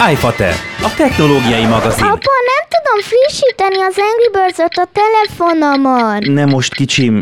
iFater, a technológiai magazin. Apa, nem tudom frissíteni az Angry Birds-ot a telefonomon. Nem most, kicsim.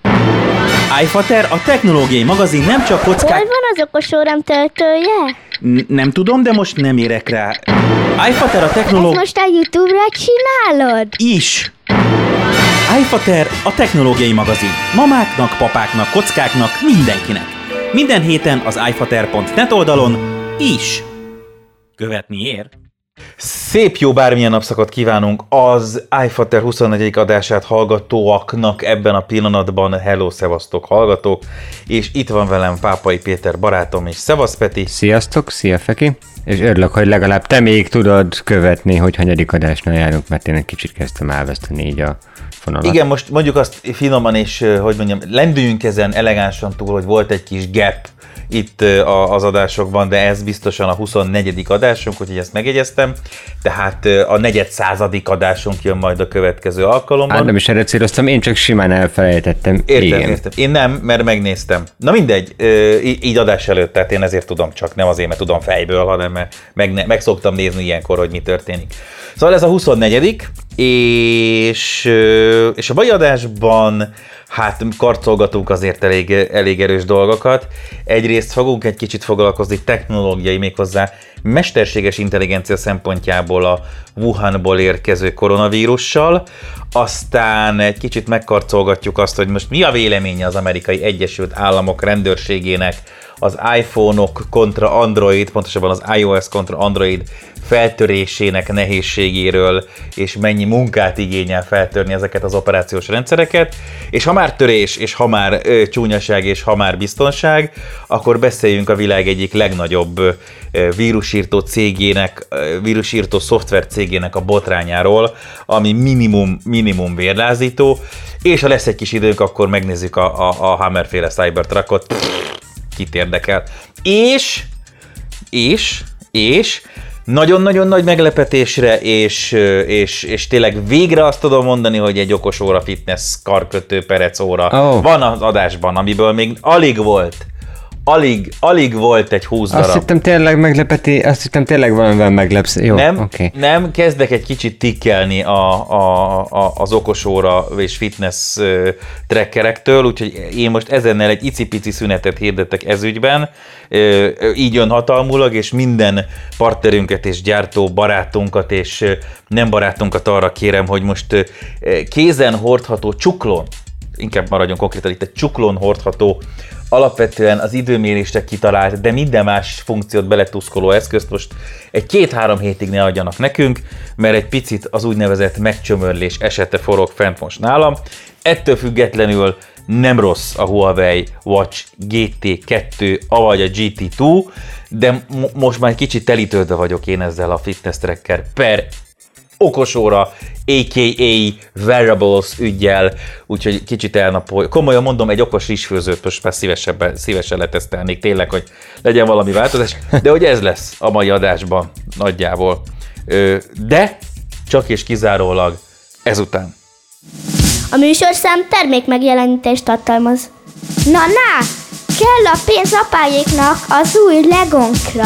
iFater, a technológiai magazin nem csak kockák... Hol van az okosórám töltője? Nem tudom, de most nem érek rá. iFater, a technológiai... Ezt most a YouTube-ra csinálod? Is. iFater, a technológiai magazin. Mamáknak, papáknak, kockáknak, mindenkinek. Minden héten az iFater.net oldalon is. Követni ér. Szép jó bármilyen napszakot kívánunk az iFater 24. adását hallgatóaknak ebben a pillanatban. Hello, szevasztok hallgatók, és itt van velem Pápai Péter barátom és szevasz Peti. Sziasztok, szia Feki, és örülök, hogy legalább te még tudod követni, hogy hanyadik adásnál járunk, mert én egy kicsit kezdtem elveszteni így a fonalat. Igen, most mondjuk azt finoman és, hogy mondjam, lendüljünk ezen elegánsan túl, hogy volt egy kis gap itt az adásokban, de ez biztosan a 24. adásunk, úgyhogy ezt megjegyeztem. Tehát a 400. adásunk jön majd a következő alkalommal. Hát nem is erre céloztam, én csak simán elfelejtettem. Értem. Én nem, mert megnéztem. Na mindegy, így adás előtt, tehát én ezért tudom csak, nem azért, mert tudom fejből, hanem mert meg szoktam nézni ilyenkor, hogy mi történik. Szóval ez a 24. és a mai adásban hát karcolgatunk azért elég erős dolgokat. Egyrészt fogunk egy kicsit foglalkozni technológiai, méghozzá mesterséges intelligencia szempontjából a Wuhanból érkező koronavírussal, aztán egy kicsit megkarcolgatjuk azt, hogy most mi a véleménye az Amerikai Egyesült Államok rendőrségének az iPhone-ok kontra Android, pontosabban az iOS kontra Android feltörésének nehézségéről, és mennyi munkát igényel feltörni ezeket az operációs rendszereket. És ha már törés, és ha már csúnyaság, és ha már biztonság, akkor beszéljünk a világ egyik legnagyobb vírusírtó cégének, vírusírtó szoftver cégének a botrányáról, ami minimum vérlázító, és ha lesz egy kis időnk, akkor megnézzük a Hammer-féle Cybertruckot, kit érdekel. És nagyon-nagyon nagy meglepetésre, és tényleg végre azt tudom mondani, hogy egy okosóra fitness karkötő perec óra van az adásban, amiből még alig volt egy 20 darab. Azt hittem tényleg valamivel meglepsz. Jó, nem, kezdek egy kicsit tikkelni az okosóra és fitness trackerektől, úgyhogy én most ezennel egy icipici szünetet hirdetek ezügyben, így önhatalmulag, és minden partnerünket és gyártó barátunkat és nem barátunkat arra kérem, hogy most kézen hordható csuklón, inkább maradjon konkrétan itt egy csuklón hordható, alapvetően az időmérésre kitalált, de minden más funkciót beletuszkoló eszközt most egy 2-3 hétig ne adjanak nekünk, mert egy picit az úgynevezett megcsömörlés esete forog fent most nálam. Ettől függetlenül nem rossz a Huawei Watch GT2, avagy a GT2, de most már egy kicsit telítődve vagyok én ezzel a fitness tracker per okosóra, a.k.a. wearables üggyel, úgyhogy kicsit elnapolj. Komolyan mondom, egy okos rizsfőzőt most már szívesen letesztelnék, tényleg, hogy legyen valami változás, de hogy ez lesz a mai adásban nagyjából. De csak és kizárólag ezután. A műsorszám termékmegjelenítést tartalmaz. Na, kell a pénz apáéknak az új Legonkra.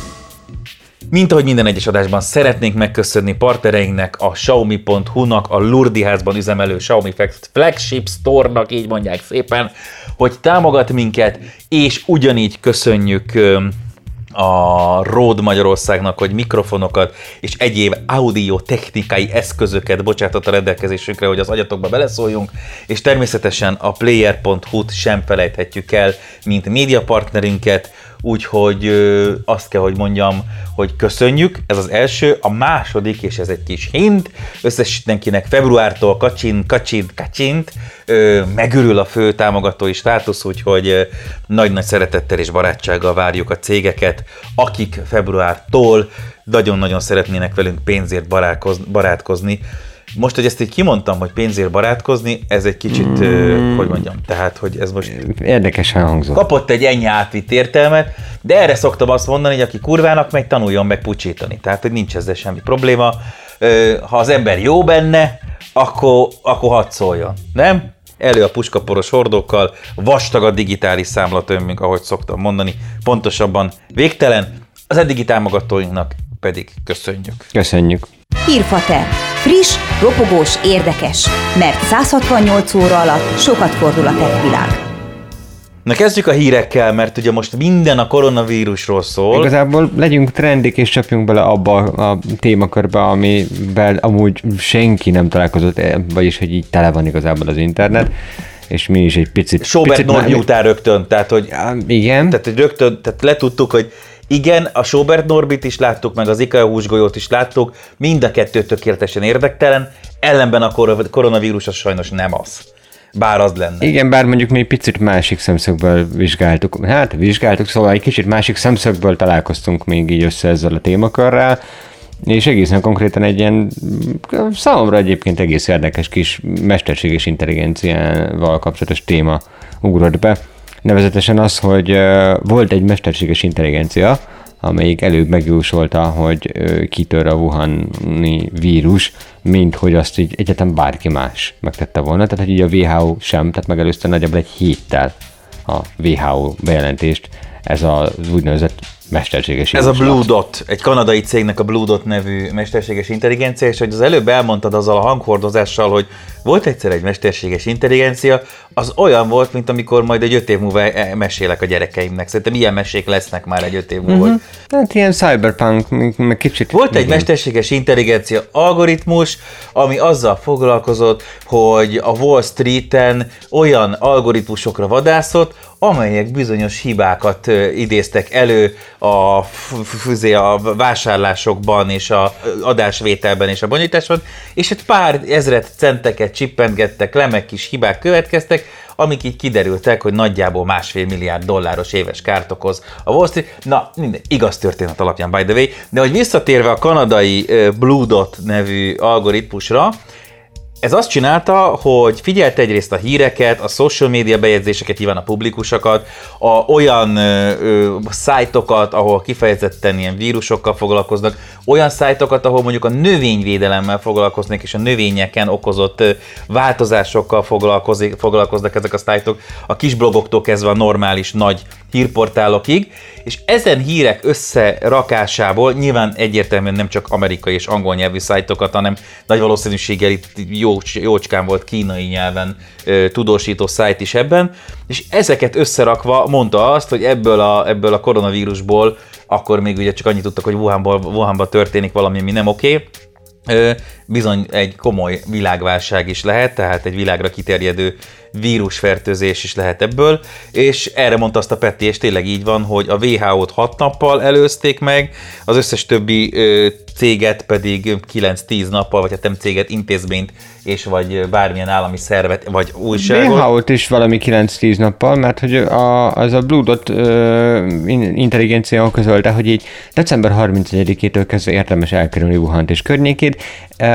Mint ahogy minden egyes adásban szeretnénk megköszönni partnereinknek, a Xiaomi.hu-nak, a Lurdiházban üzemelő Xiaomi Flagship Store-nak, így mondják szépen, hogy támogat minket, és ugyanígy köszönjük a Rode Magyarországnak, hogy mikrofonokat és egyéb audiotechnikai eszközöket bocsátott a rendelkezésünkre, hogy az agyatokba beleszóljunk, és természetesen a Player.hu-t sem felejthetjük el, mint médiapartnerünket, úgyhogy azt kell, hogy mondjam, hogy köszönjük, ez az első, a második, és ez egy kis hint, összesítenkinek februártól kacsint, megörül a fő támogatói státusz, úgyhogy nagy-nagy szeretettel és barátsággal várjuk a cégeket, akik februártól nagyon-nagyon szeretnének velünk pénzért barátkozni. Most, hogy ezt így kimondtam, hogy pénzért barátkozni, ez egy kicsit, hogy mondjam, tehát, hogy ez most... Érdekesen hangzott. Kapott egy ennyi átvitt értelmet, de erre szoktam azt mondani, hogy aki kurvának megy, tanuljon meg pucsítani. Tehát, hogy nincs ezzel semmi probléma. Ha az ember jó benne, akkor hadd szóljon, nem? Elő a puskaporos hordókkal, vastag a digitális számlatömünk, ahogy szoktam mondani, pontosabban végtelen. Az eddigi támogatóinknak pedig köszönjük. Köszönjük. Hírfater. Friss, ropogós, érdekes. Mert 168 óra alatt sokat fordul a tech világ. Na kezdjük a hírekkel, mert ugye most minden a koronavírusról szól. Igazából legyünk trendik és csapjunk bele abba a témakörbe, amivel amúgy senki nem találkozott, vagyis hogy így tele van igazából az internet, és mi is egy picit... Sobert Norbi után rögtön, tehát hogy... Igen. Tehát, hogy rögtön, tehát letudtuk, hogy igen, a Sobert Norbit is láttuk, meg az IKEA húsgolyót is láttuk, mind a kettő tökéletesen érdektelen, ellenben a koronavírus az sajnos nem az. Bár az lenne. Igen, bár mondjuk mi picit másik szemszögből vizsgáltuk, szóval egy kicsit másik szemszögből találkoztunk még így össze ezzel a témakörrel, és egészen konkrétan egy ilyen számomra egyébként egész érdekes kis mesterséges intelligenciával kapcsolatos téma ugrott be. Nevezetesen az, hogy volt egy mesterséges intelligencia, amelyik előbb megjósolta, hogy kitör a wuhani vírus, mint hogy azt így egyetem bárki más megtette volna. Tehát, hogy így a WHO sem, tehát megelőzte nagyjából egy héttel a WHO bejelentést, ez az úgynevezett mesterséges Ez a Blue Dot, egy kanadai cégnek a Blue Dot nevű mesterséges intelligencia, és hogy az előbb elmondtad azzal a hanghordozással, hogy volt egyszer egy mesterséges intelligencia, az olyan volt, mint amikor majd egy 5 év múlva mesélek a gyerekeimnek. Szerintem ilyen mesék lesznek már egy 5 év múlva. Hát ilyen cyberpunk, meg kicsit... Volt egy mesterséges intelligencia algoritmus, ami azzal foglalkozott, hogy a Wall Streeten olyan algoritmusokra vadászott, amelyek bizonyos hibákat idéztek elő a vásárlásokban és a adásvételben és a bonyolításban, és egy pár ezret centeket csippentgettek le, meg kis hibák következtek, amik így kiderültek, hogy nagyjából $1,5 milliárd éves kárt okoz a Wall Street. Na, minden igaz történet alapján, by the way, de hogy visszatérve a kanadai Blue Dot nevű algoritmusra, ez azt csinálta, hogy figyelt egyrészt a híreket, a social media bejegyzéseket, nyilván a publikusokat, olyan szájtokat, ahol kifejezetten ilyen vírusokkal foglalkoznak, olyan szájtokat, ahol mondjuk a növényvédelemmel foglalkoznak, és a növényeken okozott változásokkal foglalkoznak ezek a szájtok, a kis blogoktól kezdve a normális nagy hírportálokig, és ezen hírek összerakásából nyilván egyértelműen nem csak amerikai és angol nyelvű szájtokat, hanem nagy valószínűséggel itt jócskán volt kínai nyelven tudósító szájt is ebben, és ezeket összerakva mondta azt, hogy ebből a koronavírusból, akkor még ugye csak annyit tudtak, hogy Wuhanban történik valami, ami nem oké, bizony egy komoly világválság is lehet, tehát egy világra kiterjedő vírusfertőzés is lehet ebből, és erre mondta azt a Peti, és tényleg így van, hogy a WHO-t 6 nappal előzték meg, az összes többi céget pedig 9-10 nappal, vagy hát nem céget, intézményt, és vagy bármilyen állami szervet, vagy újságot. WHO-t is valami 9-10 nappal, mert hogy az a Blue Dot intelligencia közölte, hogy így december 31-től kezdve érdemes elkerülni Wuhant és környékét.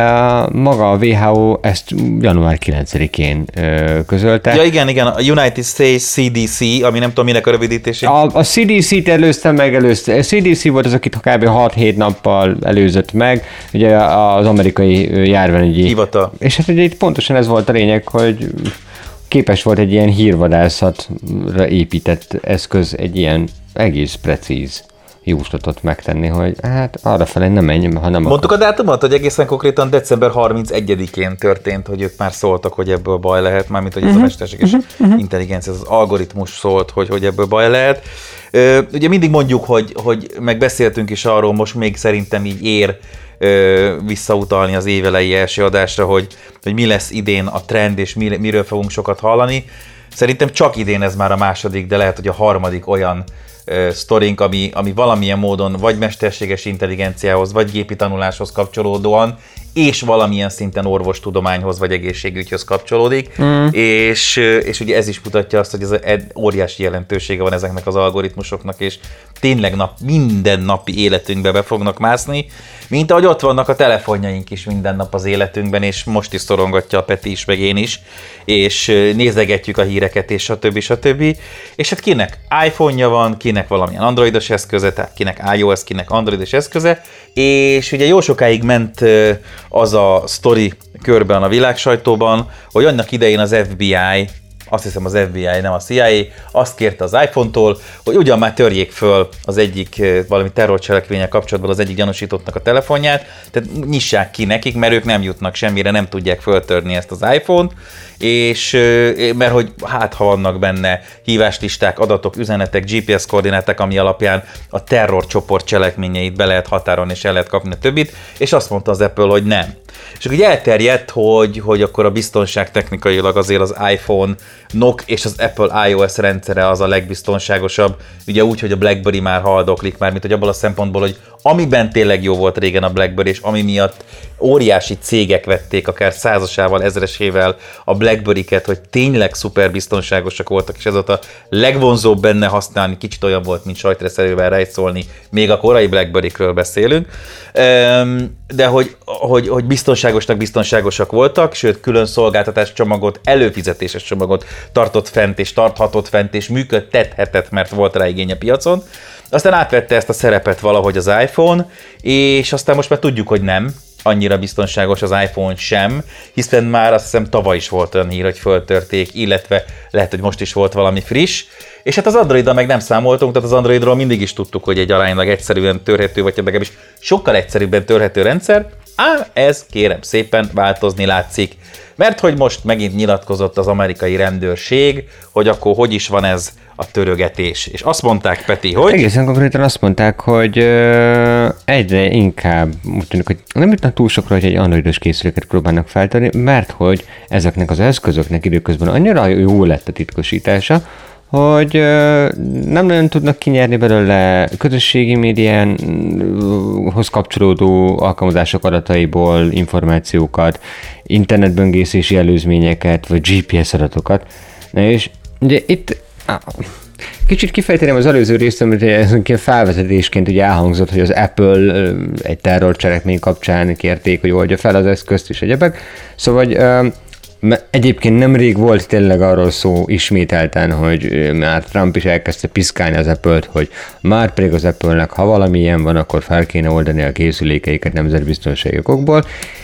Maga a WHO ezt január 9-én közölte. Ja igen, a United States CDC, ami nem tudom minek a rövidítése. A CDC-t előzte. A CDC volt az, akit kb. 6-7 nappal előzött meg, ugye az amerikai járványügyi hivatal. És hát ugye itt pontosan ez volt a lényeg, hogy képes volt egy ilyen hírvadászatra épített eszköz egy ilyen egész precíz jóslatot megtenni, hogy hát arrafelé nem menj, ha nem Mondtuk a dátumot, hogy egészen konkrétan december 31-én történt, hogy ők már szóltak, hogy ebből baj lehet, mármint hogy ez a mesterséges intelligencia, ez az algoritmus szólt, hogy ebből baj lehet. Ugye mindig mondjuk, hogy megbeszéltünk is arról, most még szerintem így ér visszautalni az évelei első adásra, hogy mi lesz idén a trend, és miről fogunk sokat hallani. Szerintem csak idén ez már a második, de lehet, hogy a harmadik olyan sztorink, ami valamilyen módon vagy mesterséges intelligenciához, vagy gépi tanuláshoz kapcsolódóan, és valamilyen szinten orvostudományhoz, vagy egészségügyhöz kapcsolódik, és ugye ez is mutatja azt, hogy ez óriási jelentősége van ezeknek az algoritmusoknak, és tényleg minden napi életünkbe be fognak mászni, mint ahogy ott vannak a telefonjaink is minden nap az életünkben, és most is szorongatja a Peti is, meg én is, és nézegetjük a híreket, és stb. És hát kinek iPhone-ja van, kinek valamilyen androidos eszköze, tehát kinek iOS, kinek androidos eszköze, és ugye jó sokáig ment az a sztori körben a világsajtóban, hogy annak idején az FBI azt hiszem az FBI, nem a CIA, azt kérte az iPhone-tól, hogy ugyan már törjék föl az egyik valami terrorcselekvényel kapcsolatban az egyik gyanúsítottnak a telefonját, tehát nyissák ki nekik, mert ők nem jutnak semmire, nem tudják föltörni ezt az iPhone-t, és mert hogy hát ha vannak benne híváslisták, adatok, üzenetek, GPS koordináták, ami alapján a terrorcsoport cselekményeit be lehet határolni és el lehet kapni a többit, és azt mondta az Apple, hogy nem. És akkor elterjedt, hogy akkor a biztonság technikailag azért az iPhone-nok és az Apple iOS rendszere az a legbiztonságosabb, ugye úgy, hogy a BlackBerry már haldoklik már, mint hogy abból a szempontból, hogy amiben tényleg jó volt régen a BlackBerry, és ami miatt óriási cégek vették akár százasával, ezresével a BlackBerry-ket, hogy tényleg szuper biztonságosak voltak, és ez ott a legvonzóbb benne használni, kicsit olyan volt, mint sajtreszerűvel rejszolni, még a korai BlackBerry-kről beszélünk, de hogy biztonságosak voltak, sőt külön szolgáltatás csomagot, előfizetéses csomagot tartott fent, és tarthatott fent, és működtethetett, mert volt rá igény a piacon. Aztán átvette ezt a szerepet valahogy az iPhone, és aztán most már tudjuk, hogy nem annyira biztonságos az iPhone sem, hiszen már azt hiszem tavaly is volt olyan hír, hogy föltörték, illetve lehet, hogy most is volt valami friss, és hát az Androiddal meg nem számoltunk, tehát az Androidról mindig is tudtuk, hogy egy aránylag egyszerűen törhető, vagy legalábbis sokkal egyszerűbben törhető rendszer, ám ez kérem szépen változni látszik. Mert hogy most megint nyilatkozott az amerikai rendőrség, hogy akkor hogy is van ez a törögetés. És azt mondták, Peti, hogy... Egészen konkrétan azt mondták, hogy egyre inkább úgy tűnik, hogy nem jutnak túl sokra, hogy egy androidos készüléket próbálnak feltörni, mert hogy ezeknek az eszközöknek időközben annyira jó lett a titkosítása, hogy nem nagyon tudnak kinyerni belőle közösségi médiánhoz kapcsolódó alkalmazások adataiból információkat, internetböngészési előzményeket, vagy GPS adatokat. Na és ugye itt kicsit kifejteném az előző részt, amit ez felvezetésként ugye elhangzott, hogy az Apple egy terrorcselekmény kapcsán kérték, hogy oldja fel az eszközt és egyebek. Szóval egyébként nemrég volt tényleg arról szó ismételten, hogy már Trump is elkezdte piszkálni az Apple-t, hogy már pedig az Apple-nek, ha valami ilyen van, akkor fel kéne oldani a készülékeiket nemzetbiztonsági okokból.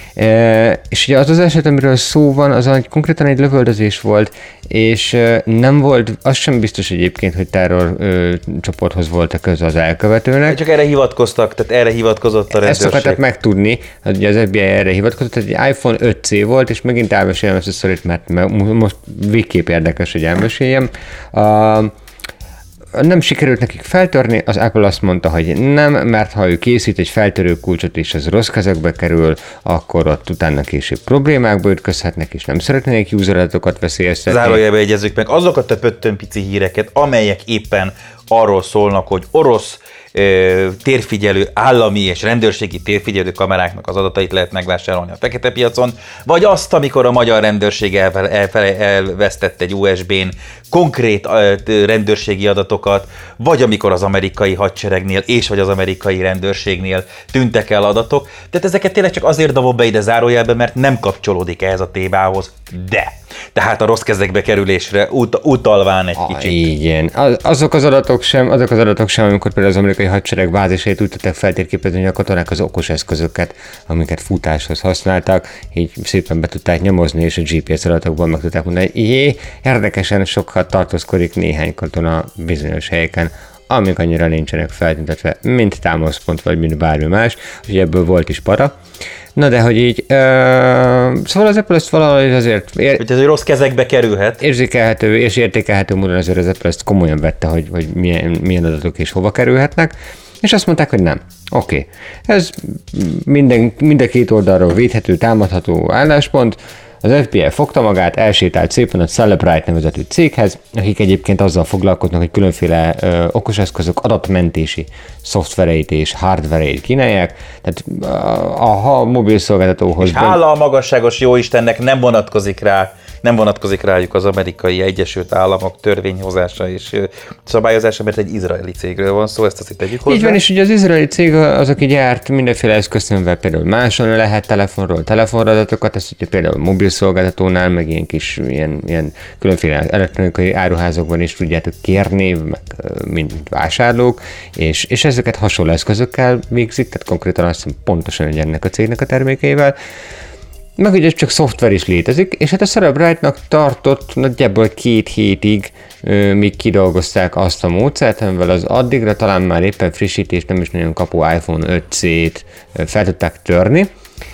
És ugye az az eset, amiről szó van, az konkrétan egy lövöldözés volt, és nem volt, az sem biztos egyébként, hogy terror csoporthoz volt a köze az elkövetőnek. Csak erre hivatkoztak, tehát erre hivatkozott a rendőrség. Ezt akarták megtudni, hogy ugye az FBI erre hivatkozott, hogy egy iPhone 5C volt, és megint elmeséljem ezt a szorít, mert most végképp érdekes, hogy elmeséljem. Nem sikerült nekik feltörni, az Apple azt mondta, hogy nem, mert ha ő készít egy feltörő kulcsot és az rossz kezekbe kerül, akkor ott utána később problémákba ütközhetnek, és nem szeretnének user adatokat veszélyeztetni. Zárójelbe jegyezzük meg azokat a pöttön-pici híreket, amelyek éppen arról szólnak, hogy orosz térfigyelő, állami és rendőrségi térfigyelő kameráknak az adatait lehet megvásárolni a fekete piacon, vagy azt, amikor a magyar rendőrség elvesztett egy USB-n konkrét rendőrségi adatokat, vagy amikor az amerikai hadseregnél és vagy az amerikai rendőrségnél tűntek el adatok. Tehát ezeket tényleg csak azért dobom be ide zárójelbe, mert nem kapcsolódik ehhez a témához, de tehát a rossz kezekbe kerülésre utalván egy kicsit. Igen. Azok az adatok sem, amikor például az amerikai hadsereg bázisait úgy tudták feltérképezni, hogy a katonák az okos eszközöket, amiket futáshoz használtak, így szépen be tudták nyomozni, és a GPS adatokból meg tudták mondani, hogy érdekesen sokat tartózkodik néhány katona bizonyos helyeken, amik annyira nincsenek feltüntetve, mint támaszpont, vagy mint bármi más, hogy ebből volt is para. Na de, hogy így, szóval az Apple ezt valahogy azért... Hogy ez rossz kezekbe kerülhet. Érzékelhető és értékelhető módon azért az Apple ezt komolyan vette, hogy milyen adatok és hova kerülhetnek, és azt mondták, hogy nem. Oké. Ez mind a két oldalról védhető, támadható álláspont. Az FBI fogta magát, elsétált szépen a Celebrite nevezetű céghez, akik egyébként azzal foglalkoznak, hogy különféle okoseszközök adatmentési szoftvereit és hardvereit kínálják. Tehát ha mobil szolgáltatóhoz... És hála a magasságos jóistennek nem vonatkozik rájuk az Amerikai Egyesült Államok törvényhozása és szabályozása, mert egy izraeli cégről van szó, ezt azt tegyük hozzá. Így van, és ugye az izraeli cég az, aki gyárt mindenféle eszközt, amivel például máson lehet telefonra adatokat, ezt ugye például mobil szolgáltatónál, meg ilyen különféle elektronikai áruházakban is tudjátok kérni, meg mint vásárlók, és ezeket hasonló eszközökkel végzik, tehát konkrétan azt hiszem pontosan ennek a cégnek a termékeivel. meg ugye csak szoftver is létezik, és hát a Celebrite-nak tartott nagyjából 2 hétig, míg kidolgozták azt a módszert, amivel az addigra talán már éppen frissítés nem is nagyon kapó iPhone 5C-t fel tudták törni,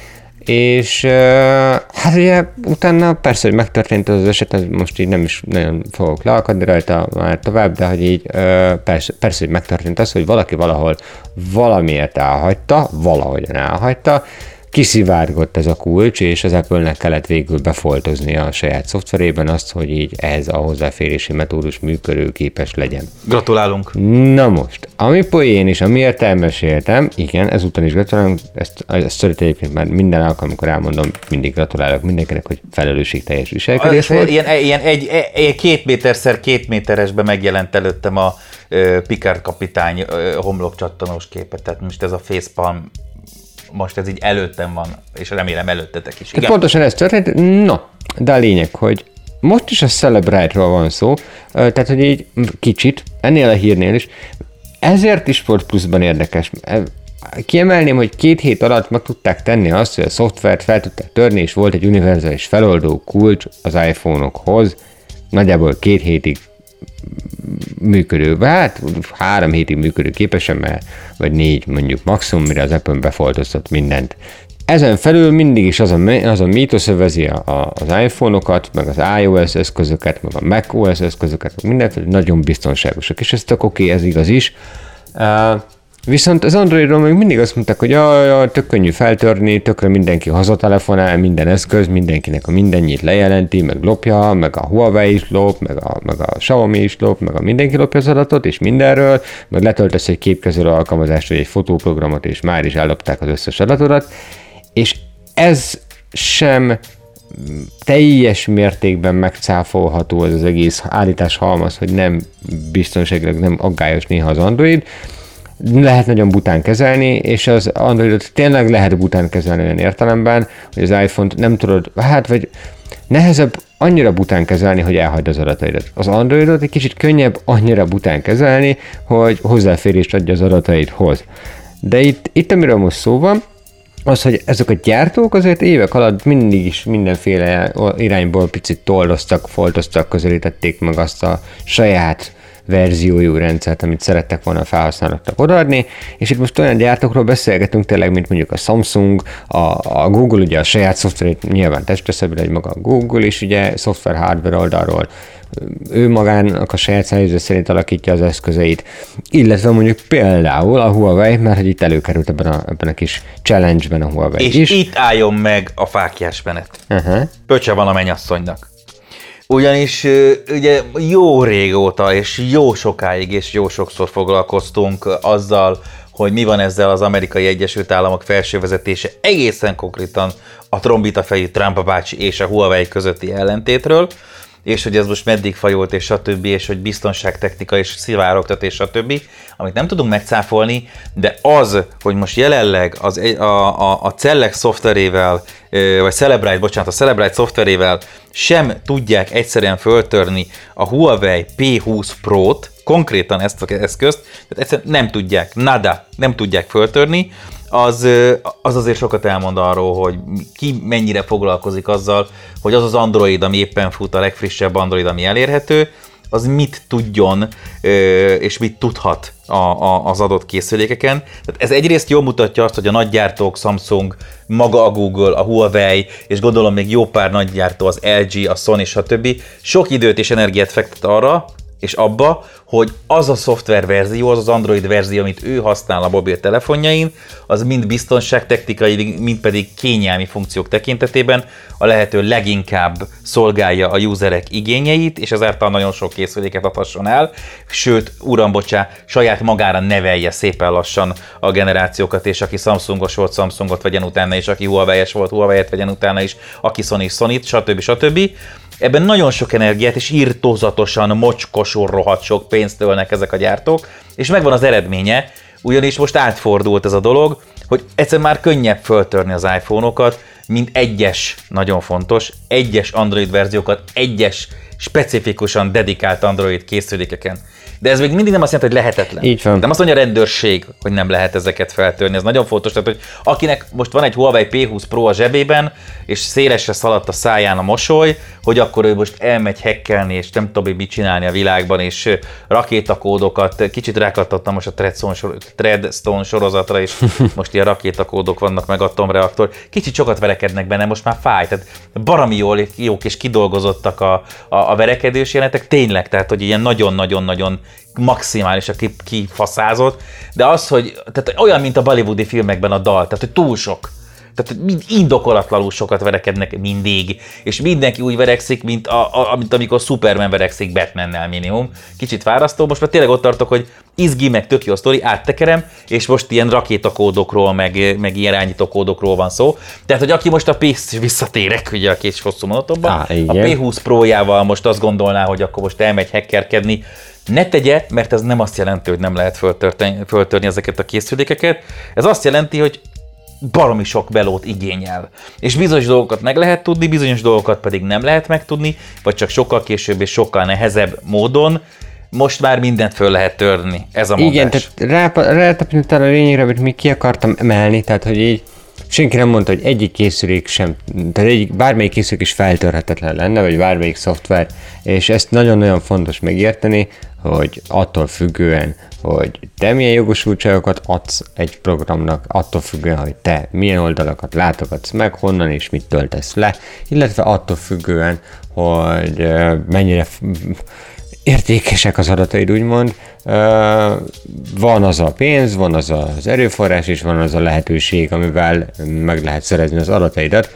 és hát ugye utána persze, hogy megtörtént az eset, most így nem is nagyon fogok leakadni rajta már tovább, de hogy így persze, hogy megtörtént az, hogy valaki valahol valamiért elhagyta, valahogyan elhagyta, kiszivárgott ez a kulcs, és az Apple-nek kellett végül befoltoznia a saját szoftverében azt, hogy így ez a hozzáférési metódus működőképes legyen. Gratulálunk! Na most, ami poén és amiért elmeséltem, igen, ezúttal is gratulálunk, ezt szorít egyébként már minden alkalom, amikor elmondom, mindig gratulálok mindenkinek, hogy felelősségteljes viselkedés volt. Ilyen 2 méterszer 2 méteresben megjelent előttem a Picard kapitány homlokcsattanós képet, tehát most ez a facepalm, most ez így előttem van, és remélem előttetek is. Igen? Pontosan ez történt, de a lényeg, hogy most is a Celebrite-ról van szó, tehát hogy így kicsit, ennél a hírnél is, ezért is volt pluszban érdekes. Kiemelném, hogy 2 hét alatt meg tudták tenni azt, hogy a szoftvert fel tudták törni, és volt egy univerzális feloldó kulcs az iPhone-okhoz, nagyjából 2 hétig működő, hát 3 hétig működő képesen, mert vagy 4 mondjuk maximum, mire az Apple befoltoztat mindent. Ezen felül mindig is az a mítosz övezi az iPhone-okat, meg az iOS eszközöket, meg a macOS eszközöket, meg mindenféle nagyon biztonságosak, és ez tök oké, ez igaz is. Viszont az Androidról még mindig azt mondták, hogy tök könnyű feltörni, tökre mindenki hazatelefonál, minden eszköz, mindenkinek a mindennyit lejelenti, meg lopja, meg a Huawei is lop, meg a Xiaomi is lop, meg a mindenki lopja az adatot, és mindenről, meg letöltesz egy képkezelő alkalmazást, vagy egy fotóprogramot, és már is ellopták az összes adatodat, és ez sem teljes mértékben megcáfolható az egész állítás halmaz, hogy nem biztonságilag nem aggályos néha az Android, lehet nagyon bután kezelni, és az Androidot tényleg lehet bután kezelni olyan értelemben, hogy az iPhone-t nem tudod, vagy nehezebb annyira bután kezelni, hogy elhagyd az adataidat. Az Androidot egy kicsit könnyebb annyira bután kezelni, hogy hozzáférést adja az adataidhoz. De itt amiről most szó van, az, hogy ezek a gyártók azért évek alatt mindig is mindenféle irányból picit toldoztak, foltoztak, közelítették meg azt a saját verziójú rendszert, amit szerettek volna a felhasználóknak odaadni, és itt most olyan gyártókról beszélgetünk tényleg, mint mondjuk a Samsung, a Google ugye a saját szoftverét nyilván testesebbre, hogy maga a Google is ugye szoftver-hardware oldalról ő magának a saját szájéző szerint alakítja az eszközeit, illetve mondjuk például a Huawei, mert hogy itt előkerült ebben a kis challenge-ben a Huawei és is. És itt álljon meg a fáklyás menet. Pöcse van a mennyasszonynak. Ugyanis ugye jó régóta és jó sokáig és jó sokszor foglalkoztunk azzal, hogy mi van ezzel az Amerikai Egyesült Államok felsővezetése, egészen konkrétan a trombitafejű Trump bácsi és a Huawei közötti ellentétről, és hogy ez most meddig fajolt, és stb., és hogy biztonságtechnika és szivárogtat, és stb., amit nem tudunk megcáfolni, de az, hogy most jelenleg a Cellek szoftverével, vagy a Celebrite szoftverével sem tudják egyszerűen föltörni a Huawei P20 Pro-t, konkrétan ezt az eszközt, tehát egyszerűen nem tudják, nem tudják föltörni, az azért sokat elmond arról, hogy ki mennyire foglalkozik azzal, hogy az Android, ami éppen fut, a legfrissebb Android, ami elérhető, az mit tudjon és mit tudhat az adott készülékeken. Tehát ez egyrészt jól mutatja azt, hogy a nagygyártók, Samsung, maga a Google, a Huawei, és gondolom még jó pár nagygyártó, az LG, a Sony, stb. Sok időt és energiát fektet arra, és abba, hogy az a szoftververzió, az Android verzió, amit ő használ a mobiltelefonjain, az mind biztonságtechnikai, mind pedig kényelmi funkciók tekintetében a lehető leginkább szolgálja a userek igényeit, és ezáltal nagyon sok készüléket adhasson el, sőt, uram, bocsá, saját magára nevelje szépen lassan a generációkat, és aki Samsungos volt, Samsungot vegyen utána, és aki Huawei-es volt, Huawei-et vegyen utána is, aki Sony-t, stb. Ebben nagyon sok energiát és irtózatosan, mocskosul rohadt sok pénzt ölnek ezek a gyártók, és megvan az eredménye, ugyanis most átfordult ez a dolog, hogy egyszerűen már könnyebb föltörni az iPhone-okat, mint egyes, nagyon fontos, egyes Android verziókat, egyes specifikusan dedikált Android készülékeken. De ez még mindig nem azt jelenti, hogy lehetetlen. Így van. Nem azt mondja a rendőrség, hogy nem lehet ezeket feltörni. Ez nagyon fontos, tehát, hogy akinek most van egy Huawei P20 Pro a zsebében, és szélesre szaladt a száján a mosoly, hogy akkor ő most elmegy hackelni, és nem tudom, mit csinálni a világban, és rakétakódokat, kicsit rákattattam most a Treadstone sorozatra, és most ilyen rakétakódok vannak, meg atomreaktor. Kicsit sokat verekednek benne, most már fáj. Tehát baromi jók és kidolgozottak a verekedős jelenetek, tényleg, tehát hogy ilyen nagyon-nagyon-nagyon maximális a kifaszázott, de az, hogy tehát olyan, mint a bollywoodi filmekben a dal, tehát hogy túl sok. Tehát indokolatlanul sokat verekednek mindig, és mindenki úgy verekszik, mint amikor Superman verekszik Batmannel minimum. Kicsit fárasztó, most már tényleg ott tartok, hogy izgi, meg tök jó sztori, áttekerem, és most ilyen rakétakódokról, meg irányítókódokról van szó. Tehát, hogy aki most a visszatérek, ugye a kis hosszú mondatokban, a P20 Pro-jával most azt gondolná, hogy akkor most elmegy hackerkedni, ne tegye, mert ez nem azt jelenti, hogy nem lehet föltörni ezeket a készülékeket. Ez azt jelenti, hogy baromi sok belót igényel. És bizonyos dolgokat meg lehet tudni, bizonyos dolgokat pedig nem lehet megtudni, vagy csak sokkal később és sokkal nehezebb módon. Most már mindent föl lehet törni. Ez a mondás. Igen, tehát rátapintottál a lényegre, amit még ki akartam emelni, tehát hogy így senki nem mondta, hogy egyik készülék sem, tehát bármelyik készülék is feltörhetetlen lenne, vagy bármelyik szoftver, és ezt nagyon-nagyon fontos megérteni, hogy attól függően, hogy te milyen jogosultságokat adsz egy programnak, attól függően, hogy te milyen oldalakat látogatsz meg, honnan és mit töltesz le, illetve attól függően, hogy mennyire értékesek az adataid, úgymond. Van az a pénz, van az az erőforrás, és van az a lehetőség, amivel meg lehet szerezni az adataidat.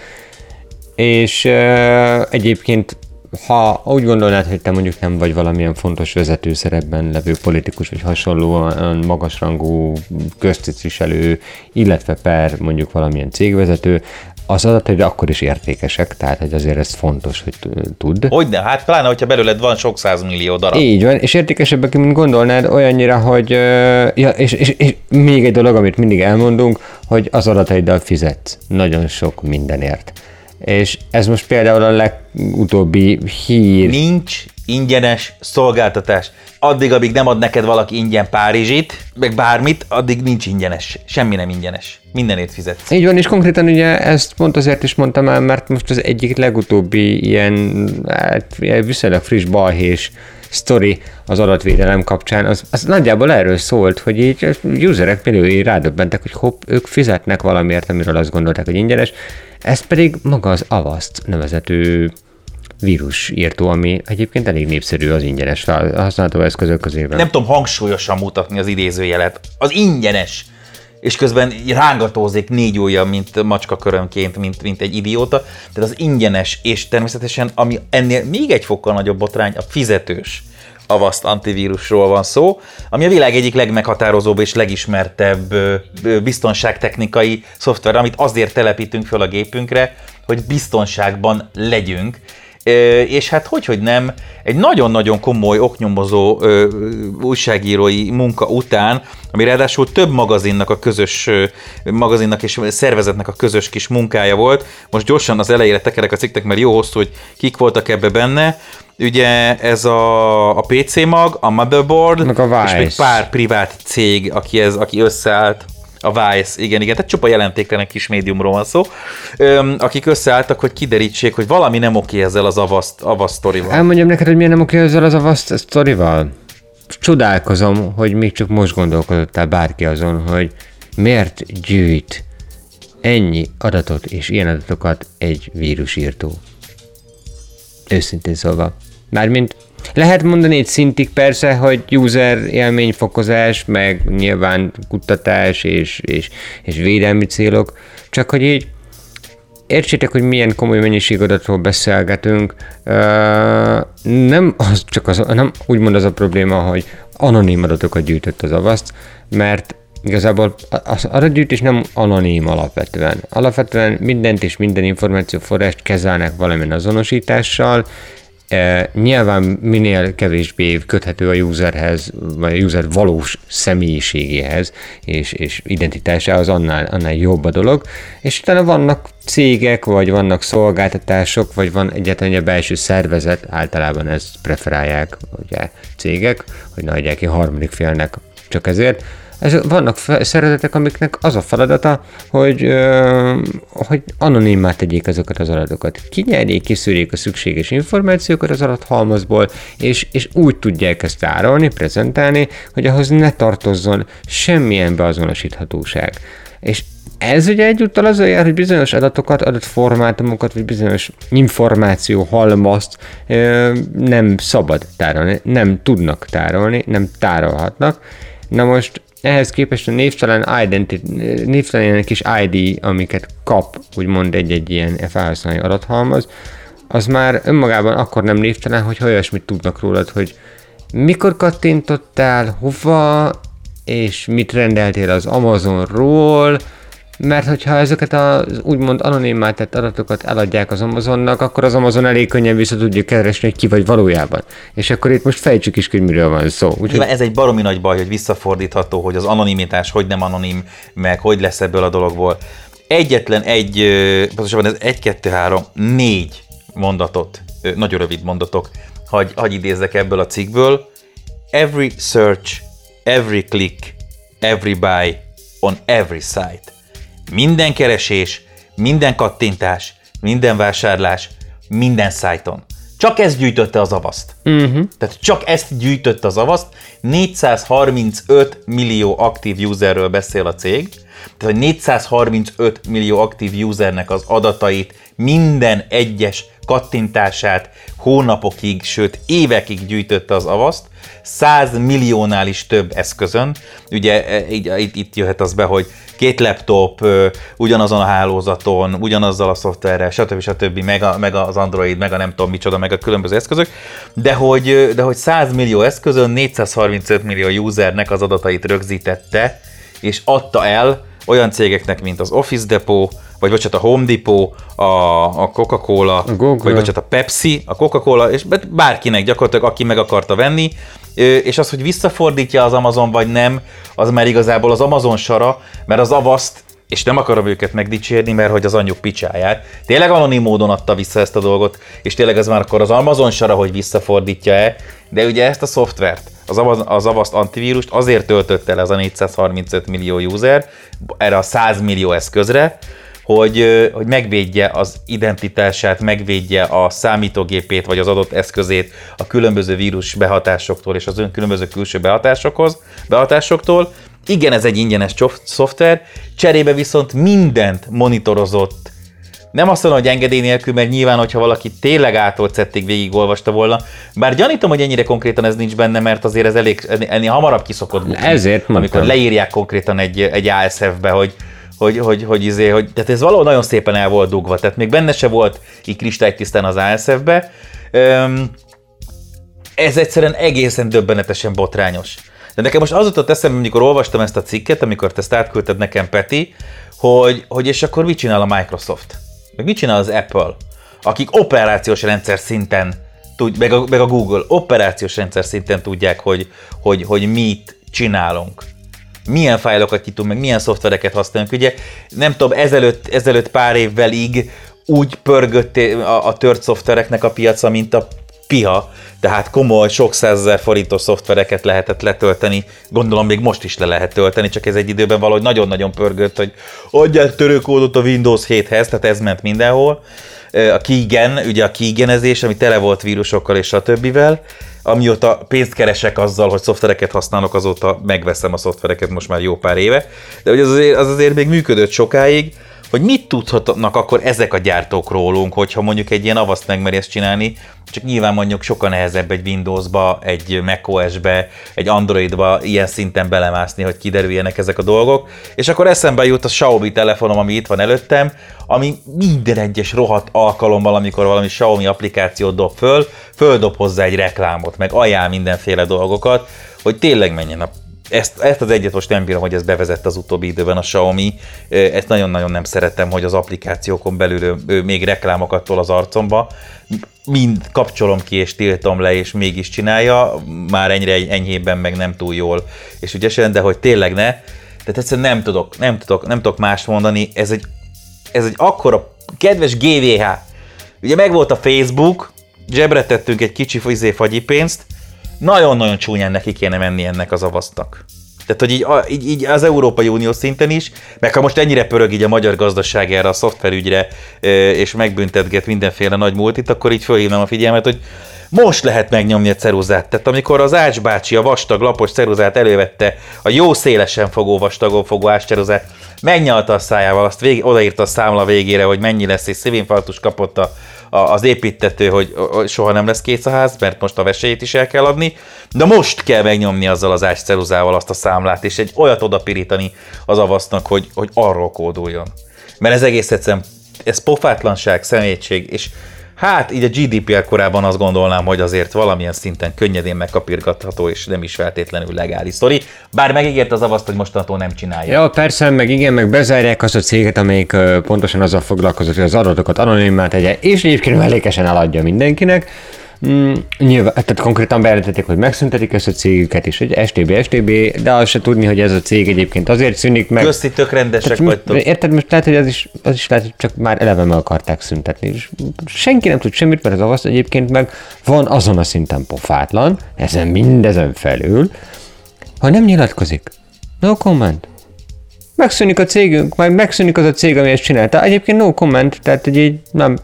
És egyébként, ha úgy gondolnád, hogy te mondjuk nem vagy valamilyen fontos vezető szerepben levő politikus, vagy hasonlóan magasrangú köztisztviselő, illetve per mondjuk valamilyen cégvezető, az adataid akkor is értékesek, tehát hogy azért ez fontos, hogy tudd. Hogyne, hát pláne, hogyha belőled van sok 100 millió darab. Így van, és értékesebbek, mint gondolnád, olyannyira, hogy és még egy dolog, amit mindig elmondunk, hogy az adataiddal fizetsz nagyon sok mindenért. És ez most például a legutóbbi hír. Nincs ingyenes szolgáltatás. Addig, amíg nem ad neked valaki ingyen Párizsit, meg bármit, addig nincs ingyenes. Semmi nem ingyenes. Mindenért fizetsz. Így van, és konkrétan ugye ezt pont azért is mondtam el, mert most az egyik legutóbbi ilyen viszonylag friss balhés sztori az adatvédelem kapcsán, az nagyjából erről szólt, hogy így userek milliói rádöbbentek, hogy hopp, ők fizetnek valamiért, amiről azt gondolták, hogy ingyenes. Ez pedig maga az Avast nevezetű vírusírtó, ami egyébként elég népszerű az ingyenes használható eszközök közében. Nem tudom hangsúlyosan mutatni az idézőjelet. Az ingyenes! És közben rángatózik 4 ujjam, mint macskakörömként, mint egy idióta. Tehát az ingyenes, és természetesen, ami ennél még egy fokkal nagyobb botrány, a fizetős Avast antivírusról van szó, ami a világ egyik legmeghatározóbb és legismertebb biztonságtechnikai szoftver, amit azért telepítünk föl a gépünkre, hogy biztonságban legyünk. És hát hogy nem, egy nagyon-nagyon komoly oknyomozó újságírói munka után, ami ráadásul több magazinnak és szervezetnek a közös kis munkája volt. Most gyorsan az elejére tekerek a cikknek, mert jó hosszú, hogy kik voltak ebbe benne. Ugye ez a PC Mag, a Motherboard, és még pár privát cég, aki összeállt. A Vice, igen, tehát csupa jelentéktelen kis médiumról van szó, akik összeálltak, hogy kiderítsék, hogy valami nem oké ezzel az Avast sztorival. Elmondjam neked, hogy miért nem oké ezzel az Avast sztorival? Csodálkozom, hogy még csak most gondolkodottál bárki azon, hogy miért gyűjt ennyi adatot és ilyen adatokat egy vírusírtó. Őszintén szólva. Mármint lehet mondani egy szintig persze, hogy user élményfokozás, meg nyilván kutatás és védelmi célok, csak hogy így értsétek, hogy milyen komoly mennyiség adatról beszélgetünk. Nem úgymond az a probléma, hogy anonim adatokat gyűjtött az Avast, mert igazából az adatgyűjtés nem anonim alapvetően. Alapvetően mindent és minden információforrást kezelnek valamilyen azonosítással. Nyilván minél kevésbé köthető a userhez, vagy a user valós személyiségéhez és identitásához, annál jobb a dolog. És utána vannak cégek, vagy vannak szolgáltatások, vagy van egyáltalán egy belső szervezet, általában ezt preferálják ugye, cégek, hogy ne adják ki harmadik félnek csak ezért. Vannak szervezetek, amiknek az a feladata, hogy anonimmá tegyék ezeket az adatokat. Kinyerjék, kiszűrjék a szükséges információkat az adathalmazból, és úgy tudják ezt tárolni, prezentálni, hogy ahhoz ne tartozzon semmilyen beazonosíthatóság. És ez ugye egyúttal azzal jár, hogy bizonyos adatokat, adatformátumokat, vagy bizonyos információ halmazt nem szabad tárolni, nem tudnak tárolni, nem tárolhatnak. Na most ehhez képest a névtelen kis ID, amiket kap, úgymond egy ilyen felhasználói adathalmaz, az már önmagában akkor nem névtelen, hogy olyasmit tudnak rólad, hogy mikor kattintottál, hova, és mit rendeltél az Amazonról, mert hogyha ezeket az úgymond anonimmá tett adatokat eladják az Amazonnak, akkor az Amazon elég könnyen vissza tudja keresni, hogy ki vagy valójában. És akkor itt most fejtsük is, hogy miről van szó. Úgyhogy... Ez egy baromi nagy baj, hogy visszafordítható, hogy az anonimitás hogy nem anonim, meg hogy lesz ebből a dologból. Pontosabban ez 1, 2, 3, 4 mondatot, nagyon rövid mondatok, hagy idézzek ebből a cikkből. Every search, every click, every buy on every site. Minden keresés, minden kattintás, minden vásárlás, minden szájton. Csak ez gyűjtötte az avaszt. Tehát csak ezt gyűjtötte az avaszt. 435 millió aktív userről beszél a cég. Tehát 435 millió aktív usernek az adatait, minden egyes kattintását hónapokig, sőt évekig gyűjtötte az avaszt, 100 milliónál is több eszközön. Ugye itt jöhet az be, hogy 2 laptop, ugyanazon a hálózaton, ugyanazzal a szoftverrel, stb. Meg az Android, meg a nem tudom micsoda, meg a különböző eszközök, de hogy 100 millió eszközön 435 millió usernek az adatait rögzítette, és adta el olyan cégeknek, mint az Office Depot, vagy bocsánat, a Home Depot, a Coca-Cola, vagy bocsánat, a Pepsi, a Coca-Cola, és bárkinek gyakorlatilag, aki meg akarta venni, és az, hogy visszafordítja az Amazon, vagy nem, az már igazából az Amazon sara, mert az avaszt, és nem akarom őket megdicsérni, mert hogy az anyjuk picsáját, tényleg anonim módon adta vissza ezt a dolgot, és tényleg ez már akkor az Amazon sara, hogy visszafordítja-e, de ugye ezt a szoftvert, az avaszt antivírust azért töltött el ez a 435 millió user erre a 100 millió eszközre, hogy megvédje az identitását, megvédje a számítógépét vagy az adott eszközét a különböző vírus behatásoktól és az különböző külső behatásoktól. Igen, ez egy ingyenes szoftver, cserébe viszont mindent monitorozott. Nem azt mondom, hogy engedély nélkül, mert nyilván, hogyha valaki tényleg átolcettig végigolvasta volna, bár gyanítom, hogy ennyire konkrétan ez nincs benne, mert azért ez ennél hamarabb kiszokott bukni. Ezért mondtam. Amikor leírják konkrétan egy ASF-be, hogy tehát ez valahol nagyon szépen el volt dugva, tehát még benne se volt így kristálytisztán az ASF-be. Ez egyszerűen egészen döbbenetesen botrányos. De nekem most az jutott eszembe, amikor olvastam ezt a cikket, amikor te ezt átküldted nekem, Peti, hogy és akkor mit csinál a Microsoft? Meg mit csinál az Apple? Akik operációs rendszer szinten, meg a Google operációs rendszer szinten tudják, hogy mit csinálunk. Milyen fájlokat nyitunk, meg milyen szoftvereket használunk. Ugye nem tudom, ezelőtt pár évvelig úgy pörgött a tört szoftvereknek a piaca, mint a piha, tehát komoly, sok 100 000 forintos szoftvereket lehetett letölteni, gondolom még most is le lehet tölteni, csak ez egy időben valahogy nagyon-nagyon pörgött, hogy adják törőkódot a Windows 7-hez, tehát ez ment mindenhol. A keygen, ugye a keygenezés, ami tele volt vírusokkal és a többivel, amióta pénzt keresek azzal, hogy szoftvereket használok, azóta megveszem a szoftvereket most már jó pár éve, de hogy az azért még működött sokáig, hogy mit tudhatnak akkor ezek a gyártók rólunk, hogyha mondjuk egy ilyen avaszt megmeri ezt csinálni, csak nyilván mondjuk sokkal nehezebb egy Windowsba, egy macOS-be, egy Androidba ilyen szinten belemászni, hogy kiderüljenek ezek a dolgok, és akkor eszembe jut a Xiaomi telefonom, ami itt van előttem, ami minden egyes rohadt alkalommal, amikor valami Xiaomi applikációt dob földob hozzá egy reklámot, meg ajánl mindenféle dolgokat, hogy tényleg menjen ezt az egyet most nem bírom, hogy ez bevezett az utóbbi időben a Xiaomi. Ezt nagyon-nagyon nem szeretem, hogy az applikációkon belül még reklámokat tol az arcomba. Mind kapcsolom ki és tiltom le, és mégis csinálja, már ennyire enyhében meg nem túl jól és ügyesen, de hogy tényleg ne. Tehát egyszerűen nem tudok mást mondani. Ez egy akkora kedves GVH. Ugye megvolt a Facebook, zsebre tettünk egy kicsi fagyipénzt, nagyon-nagyon csúnyán neki kéne menni ennek az avasztak. Tehát, hogy így az Európai Unió szinten is, meg ha most ennyire pörög így a magyar gazdaság erre a szoftverügyre, és megbüntetget mindenféle nagy multit, akkor így fölhívnám a figyelmet, hogy most lehet megnyomni a ceruzát. Tehát amikor az Ács bácsi a vastag, lapos ceruzát elővette, a jó szélesen fogó, vastagon fogó Ács ceruzát, megnyalta a szájával, azt odaírta a számla végére, hogy mennyi lesz, és szívinfarktus kapott az építtető, hogy soha nem lesz kész a ház, mert most a vesélyét is el kell adni, de most kell megnyomni azzal az Ács ceruzával azt a számlát, és egy olyat odapirítani az avasznak, hogy arról kódoljon. Mert ez egész egyszerűen, ez pofátlanság, szemétség, és hát így a GDPR korában azt gondolnám, hogy azért valamilyen szinten könnyedén megkapirgatható, és nem is feltétlenül legális sztori. Bár megígért az avaszt, hogy mostantól nem csinálja. Ja, persze, meg bezárják azt a céget, amelyik pontosan azzal foglalkozott, hogy az adatokat anonimmá tegye, és egyébként mellékesen eladja mindenkinek. Nyilván, tehát konkrétan bejelentették, hogy megszüntetik ezt a cégüket is, hogy STB, de azt se tudni, hogy ez a cég egyébként azért szűnik meg. Köszi, tök rendesek vagytok. Érted, most lehet, hogy az is lehet, hogy csak már eleve meg akarták szüntetni. És senki nem tud semmit, mert az avasz egyébként meg van azon a szinten pofátlan, mindezen felül, ha nem nyilatkozik. No comment. Megszűnik a cégünk, majd megszűnik az a cég, ami ezt csinálta. Egyébként no comment, tehát hogy így nem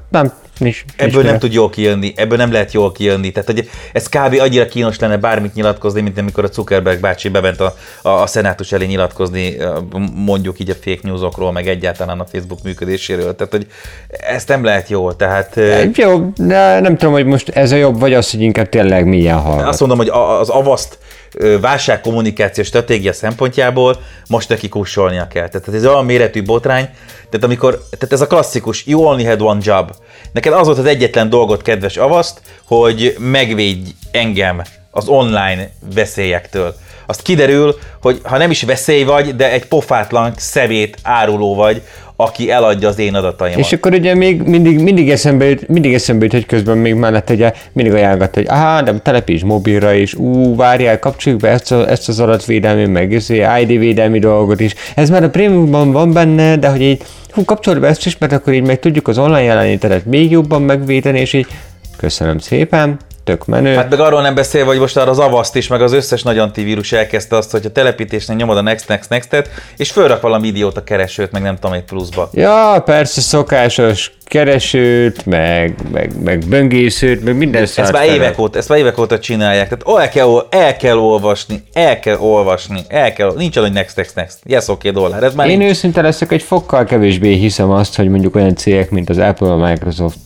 ebből nem tud jól kijönni, ebből nem lehet jól kijönni. Tehát, hogy ez kb. Annyira kínos lenne bármit nyilatkozni, mint amikor a Zuckerberg bácsi bement a szenátus elé nyilatkozni, mondjuk így a fake newsokról, meg egyáltalán a Facebook működéséről. Tehát, hogy ezt nem lehet jól. Tehát, jó, de nem tudom, hogy most ez a jobb, vagy az, hogy inkább tényleg milyen hallgat. Azt mondom, hogy az avaszt válságkommunikációs stratégia szempontjából most neki kussolnia kell. Tehát ez olyan méretű botrány, tehát ez a klasszikus you only had one job. Neked az volt az egyetlen dolgot, kedves avaszt, hogy megvédj engem az online veszélyektől. Azt kiderül, hogy ha nem is veszély vagy, de egy pofátlan szemét áruló vagy, aki eladja az én adataimat. És akkor ugye még mindig eszembe jut, hogy közben még mellett ugye mindig ajánlott, hogy de telepíts mobilra is, várjál, kapcsoljuk be ezt az adatvédelmi, meg ID védelmi dolgot is. Ez már a prémiumban van benne, de hogy így kapcsolod be ezt is, mert akkor így meg tudjuk az online jelenlétedet még jobban megvédeni, és így köszönöm szépen. Tök menő. Hát meg arról nem beszélve, hogy most arra az avaszt is, meg az összes nagy antivírus elkezdte azt, hogy a telepítésnél nyomod a next-et, és fölrak valami idióta keresőt, meg nem tudom, egy pluszba. Ja, persze szokásos keresőt, meg böngészőt, meg minden ezt már évek óta csinálják. Tehát el kell olvasni. Nincs olyan, hogy next. Yes, oké, dollár. Ez már én őszinte leszek, egy fokkal kevésbé hiszem azt, hogy mondjuk olyan cégek, mint az Apple, a Microsoft,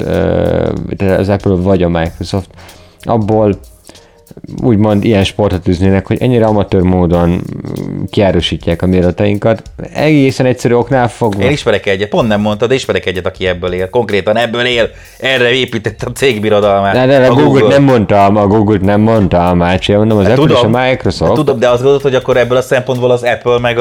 az Apple vagy a Microsoft, abból úgymond ilyen sportot üznének, hogy ennyire amatőr módon kiárusítják a mi adatainkat. Egészen egyszerű oknál fogva. Én ismerek egyet, pont nem mondtad, de ismerek egyet, aki ebből él. Konkrétan ebből él. Erre építettem a cégbirodalmát. De a Google-t nem mondtam, Mácsi, mondom, az Apple és a Microsoft. Tudom, de azt gondolod, hogy akkor ebből a szempontból az Apple meg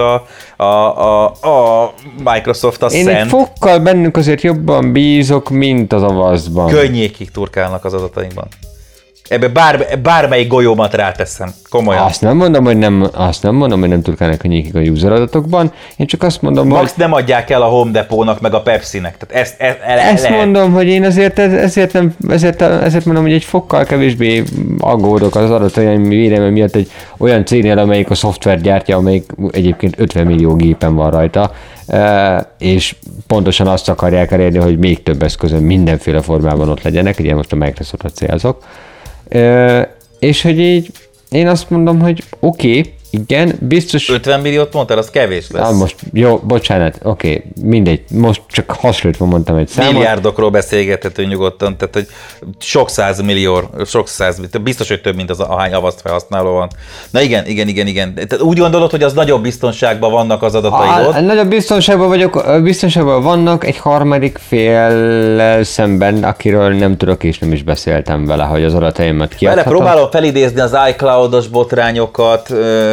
a Microsoft a szent. Én egy fokkal bennünk azért jobban bízok, mint az avaszban. Könnyékig turkálnak az adatainkban. Ebbe bármelyik golyómat ráteszem. Komolyan. Azt nem mondom, hogy nem turkálnak könnyékig a user adatokban. Én csak azt mondom, Max hogy nem adják el a Home Depot-nak, meg a Pepsi-nek. Tehát ezt mondom, hogy én ezért mondom, hogy egy fokkal kevésbé aggódok az adataim védelme miatt egy olyan cégnél, amelyik a szoftvert gyártja, amelyik egyébként 50 millió gépen van rajta, és pontosan azt akarják elérni, hogy még több eszközön mindenféle formában ott legyenek, ugye most a Microsoftra célzok. És hogy így én azt mondom, hogy oké, igen, biztos... 50 milliót mondtál, az kevés lesz. Most, jó, bocsánat, oké, mindegy, most csak hasonlítva mondtam egy számot. Milliárdokról beszélgethetünk nyugodtan, tehát hogy sok millió, biztos, hogy több, mint ahány avaszt felhasználó van. Na igen. Tehát úgy gondolod, hogy az nagyobb biztonságban vannak az adataidod? Nagyobb biztonságban vannak egy harmadik féllel szemben, akiről nem tudok és nem is beszéltem vele, hogy az adataimat kiadhatom. Próbálom felidézni az iCloud-os botrányokat,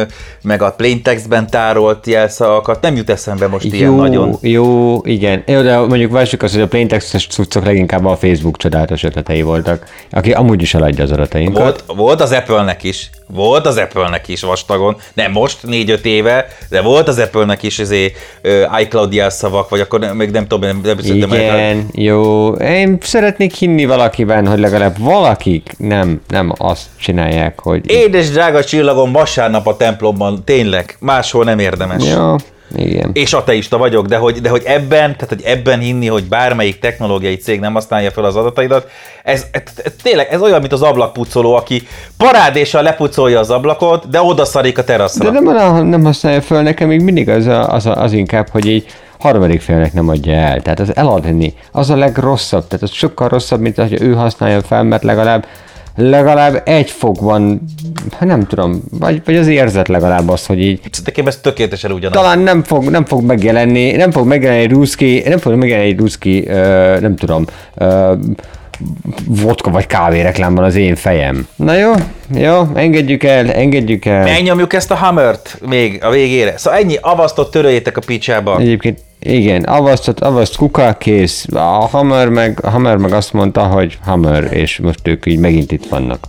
meg a plaintextben tárolt jelszavakat, nem jut eszembe most ilyen nagyon. Jó, igen. De mondjuk várjuk azt, hogy a plaintextes cuccok leginkább a Facebook csodálatos ötletei voltak, aki amúgy is eladja az adatainkat. Volt az Apple-nek is. Volt az Apple-nek is vastagon. Nem most, 4-5 éve, de volt az Apple-nek is iCloud jelszavak, vagy akkor még nem tudom, igen, jó. Én szeretnék hinni valakiben, hogy legalább valakik nem azt csinálják, hogy... Édes drága csillagom, vasárnap a templomban, tényleg, máshol nem érdemes. Jó, igen. És ateista vagyok, de hogy ebben hinni, hogy bármelyik technológiai cég nem használja fel az adataidat, ez tényleg, ez olyan, mint az ablakpucoló, aki parádéssal lepucolja az ablakot, de odaszarik a teraszra. De nem használja fel, nekem még mindig az inkább, hogy így harmadik félnek nem adja el. Tehát az eladni, az a legrosszabb. Tehát az sokkal rosszabb, mint hogy ő használja fel, mert legalább egy fokban, nem tudom, vagy az érzet legalább az, hogy így... Szerintem ez tökéletesen ugyanaz. Talán nem fog megjelenni egy ruszki, nem tudom, vodka vagy kávé reklámban az én fejem. Na jó, engedjük el. Megnyomjuk ezt a Hammert még a végére. Szóval ennyi, avasztott, töröljétek a picsába. Egyébként igen, avaszt kuka, kész. A Hammer meg azt mondta, hogy Hammer, és most ők így megint itt vannak.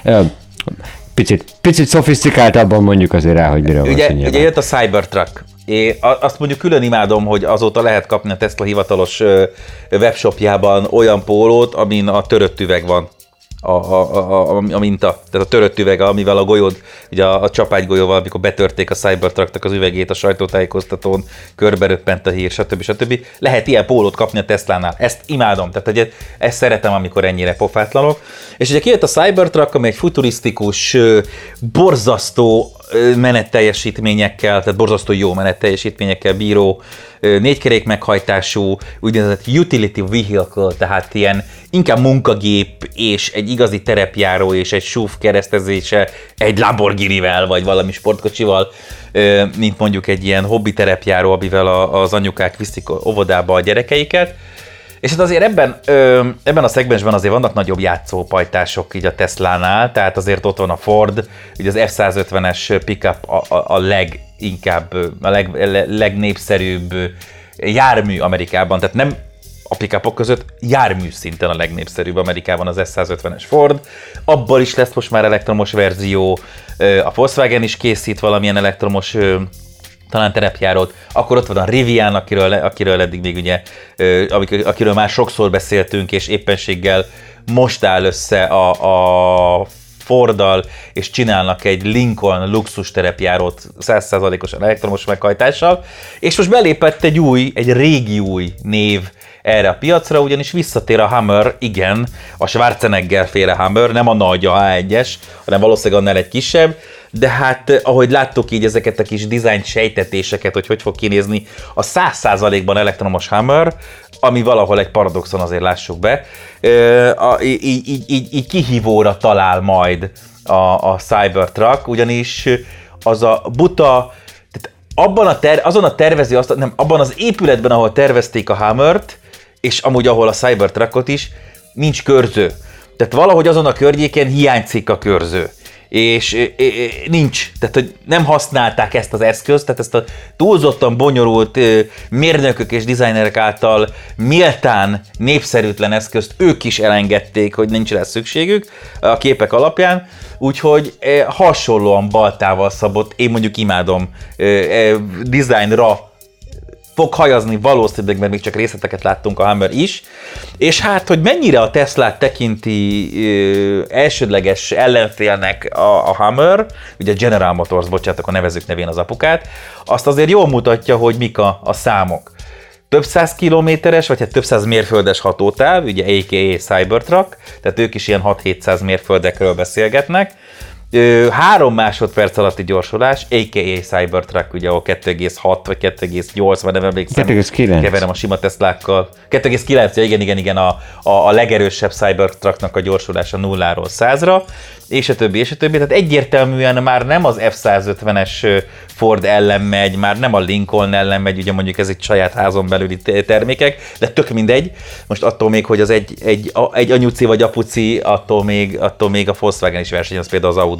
Picit szofisztikáltabban mondjuk azért rá, hogy mire van szó. Ugye jött a Cybertruck. Azt mondjuk külön imádom, hogy azóta lehet kapni a Tesla hivatalos webshopjában olyan pólót, amin a törött üveg van. A minta, tehát a törött üveg, amivel a golyód, ugye a csapágygolyóval, amikor betörték a Cybertrucknak az üvegét a sajtótájékoztatón, körberöppent a hír, stb. Lehet ilyen pólót kapni a Teslánál. Ezt imádom, tehát ugye, ezt szeretem, amikor ennyire pofátlanok. És ugye kijött a Cybertruck, ami egy futurisztikus, borzasztó menetteljesítményekkel, tehát borzasztó jó menetteljesítményekkel bíró, 4 kerék meghajtású, úgynevezett utility vehicle, tehát ilyen inkább munkagép és egy igazi terepjáró és egy SUV keresztezése egy Lamborghinivel vagy valami sportkocsival, mint mondjuk egy ilyen hobbi terepjáró, amivel az anyukák viszik óvodába a gyerekeiket. És hát azért ebben a szegmensben azért vannak nagyobb játszópajtások így a Teslánál, tehát azért ott van a Ford, ugye az F-150-es pickup a legnépszerűbb jármű Amerikában, tehát nem a pickupok között jármű szinten a legnépszerűbb Amerikában az S150-es Ford. Abból is lesz most már elektromos verzió, a Volkswagen is készít valamilyen elektromos talán terepjárót, akkor ott van a Rivian, akiről eddig még ugye, akiről már sokszor beszéltünk, és éppenséggel most áll össze a Forddal, és csinálnak egy Lincoln luxus terepjárót 100%-osan elektromos meghajtással, és most belépett egy régi új név erre a piacra, ugyanis visszatér a Hummer, igen, a Schwarzenegger féle Hummer, nem a nagy a H1-es, hanem valószínűleg annál egy kisebb, de hát ahogy láttuk így ezeket a kis design sejtetéseket, hogy fog kinézni a 100%-ban elektromos Hummer, ami valahol egy paradoxon, azért lássuk be, így kihívóra talál majd a Cybertruck, ugyanis az a buta, tehát abban az épületben, ahol tervezték a Hummert, és amúgy ahol a Cybertruckot is, nincs körző. Tehát valahogy azon a környéken hiányzik a körző. És nincs, tehát hogy nem használták ezt az eszközt, tehát ezt a túlzottan bonyolult mérnökök és dizájnerek által méltán népszerűtlen eszközt ők is elengedték, hogy nincs rá szükségük a képek alapján, úgyhogy hasonlóan baltával szabott, én mondjuk imádom dizájnra fog hajazni valószínűleg, mert még csak részleteket láttunk a Hummer is, és hát, hogy mennyire a Teslát tekinti elsődleges ellenfélnek a Hummer, ugye General Motors, bocsánat, akkor nevezzük nevén az apukát, azt azért jól mutatja, hogy mik a számok. Több száz kilométeres, vagy hát több száz mérföldes hatótáv, ugye a.k.a. Cybertruck, tehát ők is ilyen 6-700 mérföldekről beszélgetnek, 3 másodperc alatti gyorsulás, a.k.a. Cybertruck, ugye ahol 2,6 vagy 2,8, vagy nem emlékszem. 2,9. Keverem a sima Teslákkal. 2,9, igen, a legerősebb Cybertrucknak a gyorsulása 0-ról 100-ra, és a többi. Tehát egyértelműen már nem az F-150-es Ford ellen megy, már nem a Lincoln ellen megy, ugye mondjuk ez egy saját házon belüli termékek, de tök mindegy. Most attól még, hogy az egy anyuci vagy apuci, attól még a Volkswagen is versenyez például az Audi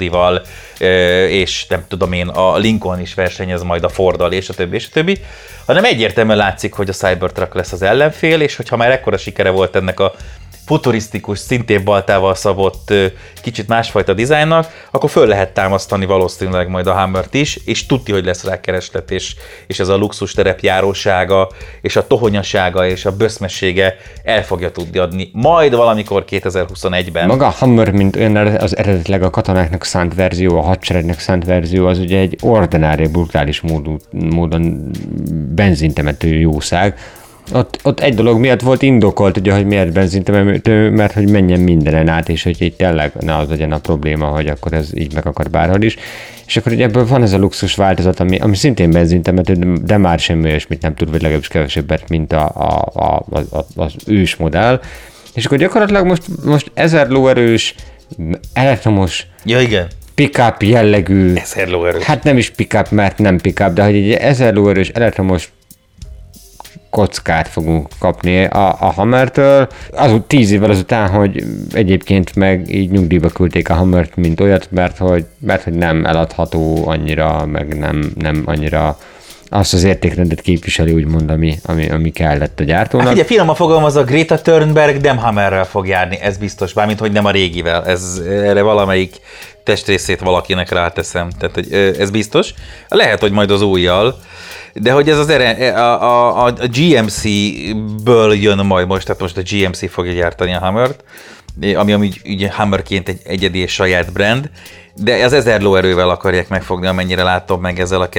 Audival, és nem tudom én, a Lincoln is versenyez majd a Forddal, és a többi, hanem egyértelműen látszik, hogy a Cybertruck lesz az ellenfél, és hogyha már ekkora sikere volt ennek a futurisztikus, szintén baltával szabott, kicsit másfajta dizájnnak, akkor föl lehet támasztani valószínűleg majd a Hummert is, és tudti, hogy lesz rá kereslet, és ez a luxus terepjárósága, és a tohonyasága, és a böszmessége el fogja tudni adni majd valamikor 2021-ben. Maga a Hummer, mint olyan az eredetileg a katonáknak szánt verzió, a hadseregnek szánt verzió, az ugye egy ordinári, brutális módon benzintemető jószág. Ott egy dolog miatt volt indokolt, ugye, hogy miért benzintemető, mert hogy menjen mindenen át, és hogy itt tényleg ne az legyen a probléma, hogy akkor ez így meg akar bárhol is. És akkor ugye ebből van ez a luxus változat, ami szintén benzintemető, de már semmi olyasmit nem tud, vagy legalábbis kevesebbet, mint az ős modell. És akkor gyakorlatilag most 1000 lóerős, elektromos, ja, igen. Pick-up jellegű, 1000 lóerős. Hát nem is pick-up, mert nem pick-up, de hogy egy 1000 lóerős elektromos kockát fogunk kapni a Hummertől. 10 évvel azután, hogy egyébként meg így nyugdíjba küldték a Hummert, mint olyat, mert hogy nem eladható annyira, meg nem annyira azt az értékrendet képviseli, úgymond, ami kellett a gyártónak. Hát ugye finoman fogalmazva, Greta Thunberg nem Hummerrel fog járni, ez biztos, bármint, hogy nem a régivel. Erre valamelyik testrészét valakinek ráteszem, tehát hogy ez biztos. Lehet, hogy majd az újjal, de hogy ez a GMC-ből jön majd most, tehát most a GMC fogja gyártani a Hummert, ami ugye Hummerként egy egyedi és saját brand, de az 1000 lóerővel akarják megfogni, amennyire látom meg ezzel a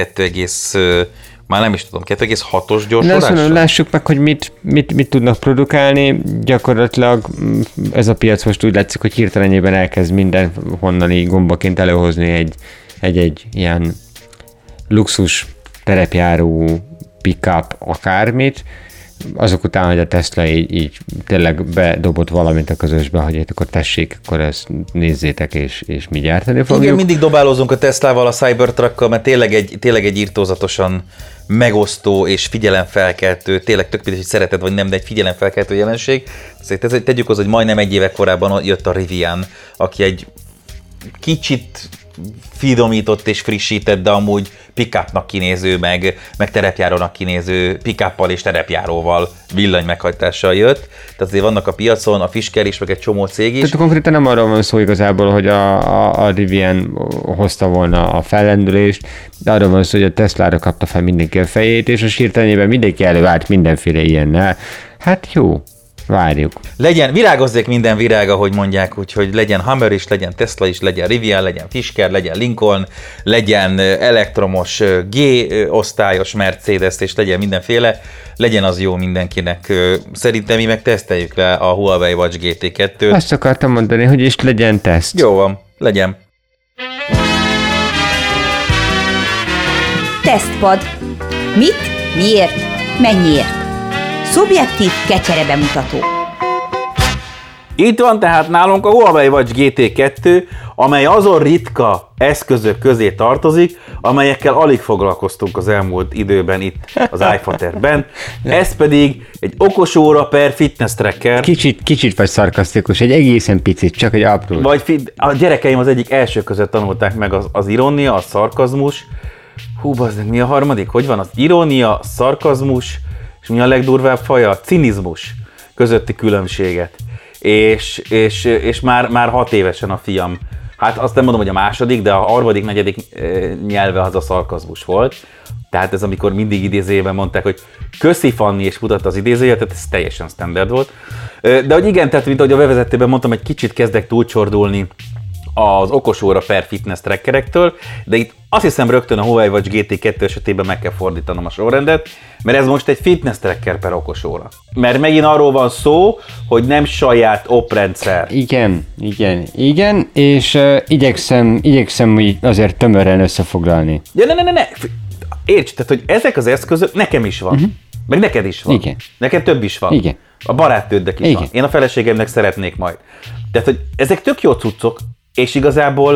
2,6-os gyorsulással. Lássuk meg, hogy mit tudnak produkálni. Gyakorlatilag ez a piac most úgy látszik, hogy hirtelenjében elkezd minden honnani gombaként előhozni egy ilyen luxus terepjáró pick-up akármit, azok után, hogy a Tesla így tényleg bedobott valamit a közösbe, hogy akkor tessék, akkor ezt nézzétek, és mi gyártani fogjuk. Igen, mindig dobálózunk a Teslával, a Cybertruckkal, mert tényleg egy irtózatosan megosztó és figyelemfelkeltő, tényleg tök mindegy, hogy szereted vagy nem, de egy figyelemfelkeltő jelenség. Tegyük az, hogy majdnem egy éve korábban jött a Rivian, aki egy kicsit fidomított és frissített, de amúgy pick-upnak kinéző, meg terepjárónak kinéző pick-uppal és terepjáróval villany meghajtással jött. Tehát azért vannak a piacon, a Fisker is, meg egy csomó cég is. Tehát konkrétan nem arról van szó igazából, hogy a Rivian hozta volna a fellendülést, de arról van szó, hogy a Teslára kapta fel mindenki a fejét, és a hirtelenjében mindenki előállt mindenféle ilyennel. Hát jó. Várjuk. Virágozzék minden virág, ahogy mondják, úgyhogy legyen Hummer is, legyen Tesla is, legyen Rivian, legyen Fisker, legyen Lincoln, legyen elektromos G-osztályos Mercedes, és legyen mindenféle, legyen az jó mindenkinek. Szerintem mi meg teszteljük le a Huawei Watch GT2-t. Azt akartam mondani, hogy is legyen teszt. Jó van, legyen. Tesztpad. Mit, miért, mennyiért? Szubjektív kecsere bemutató. Itt van tehát nálunk a Huawei Watch GT2, amely azon ritka eszközök közé tartozik, amelyekkel alig foglalkoztunk az elmúlt időben itt az iFaterben. Ez pedig egy okosóra per fitness tracker. Kicsit vagy szarkasztikus, egy egészen picit, csak egy apró. Vagy a gyerekeim az egyik első között tanulták meg az irónia, a szarkazmus. Hú, bazdmeg, mi a harmadik? Hogy van? Az irónia, szarkazmus, és mi a legdurvább faja? A cinizmus közötti különbséget. És már 6 évesen a fiam, hát azt nem mondom, hogy a második, de a harmadik, negyedik nyelve az a szarkazmus volt. Tehát ez amikor mindig idézőjében mondták, hogy köszi Fanni, és mutatta az idézőjét, tehát ez teljesen standard volt. De hogy igen, tehát mint ahogy a bevezetőben mondtam, egy kicsit kezdek túlcsordulni az okosóra per fitness trackerektől, de itt azt hiszem rögtön a Huawei Watch GT2 esetében meg kell fordítanom a sorrendet, mert ez most egy fitness tracker per okosóra. Mert megint arról van szó, hogy nem saját oprendszer. Igen, és igyekszem úgy azért tömören összefoglalni. Ja, ne. Érts, tehát, hogy ezek az eszközök nekem is van. Meg neked is van. Igen. Neked több is van. Igen. A barátnődnek is van. Én a feleségemnek szeretnék majd. Tehát, hogy ezek tök jó cuccok, és igazából,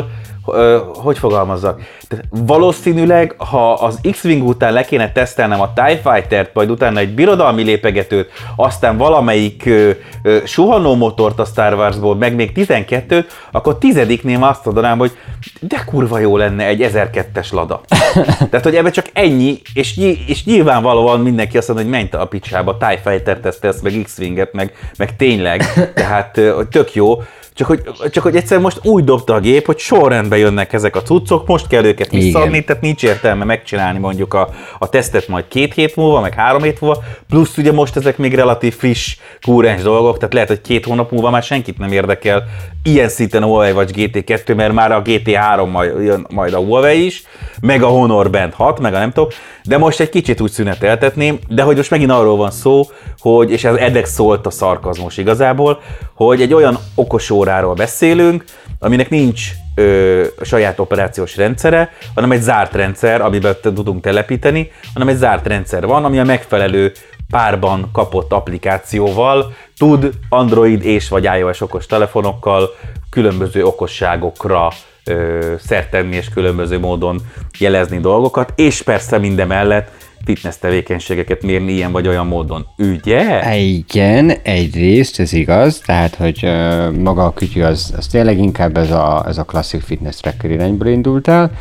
hogy fogalmazzak? Tehát valószínűleg, ha az X-Wing után le kéne tesztelnem a TIE Fighter-t, majd utána egy birodalmi lépegetőt, aztán valamelyik suhanó motort a Star Warsból, meg még 12-t, akkor 10-nél azt mondanám, hogy de kurva jó lenne egy 1002-es Lada. Tehát, hogy ebbe csak ennyi, és nyilvánvalóan mindenki azt mondja, hogy menj a picsába, TIE Fighter tesztelsz, meg X-Winget, meg tényleg, tehát tök jó. Csak hogy egyszer most úgy dobta a gép, hogy sorrendben jönnek ezek a cuccok, most kell őket visszaadni, tehát nincs értelme megcsinálni mondjuk a tesztet majd 2 hét múlva, meg 3 hét múlva, plusz ugye most ezek még relatív friss, kúrens dolgok, tehát lehet, hogy 2 hónap múlva már senkit nem érdekel ilyen szinten a Huawei vagy GT2, mert már a GT3 jön majd a Huawei is, meg a Honor Band 6, meg a nem tudom, de most egy kicsit úgy szüneteltetném, de hogy most megint arról van szó, hogy, és ez eddig szólt a szarkazmus igazából, hogy egy olyan okos óráról beszélünk, aminek nincs saját operációs rendszere, hanem egy zárt rendszer, amiben tudunk telepíteni, hanem egy zárt rendszer van, ami a megfelelő párban kapott applikációval tud Android és vagy iOS okos telefonokkal különböző okosságokra szert tenni és különböző módon jelezni dolgokat, és persze mindemellett fitness tevékenységeket mérni ilyen vagy olyan módon. Ugye? Igen, egyrészt ez igaz, tehát, hogy maga a kütyű az tényleg inkább ez a klasszik fitness tracker irányból indult el.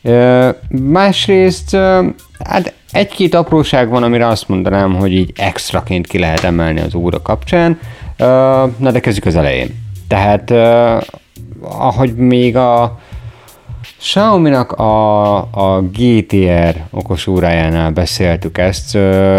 Másrészt, hát egy-két apróság van, amire azt mondanám, hogy így extraként ki lehet emelni az óra kapcsán. Na de kezdjük az elején. Tehát, ahogy még a Xiaomi-nak a GTR okos órájánál beszéltük ezt,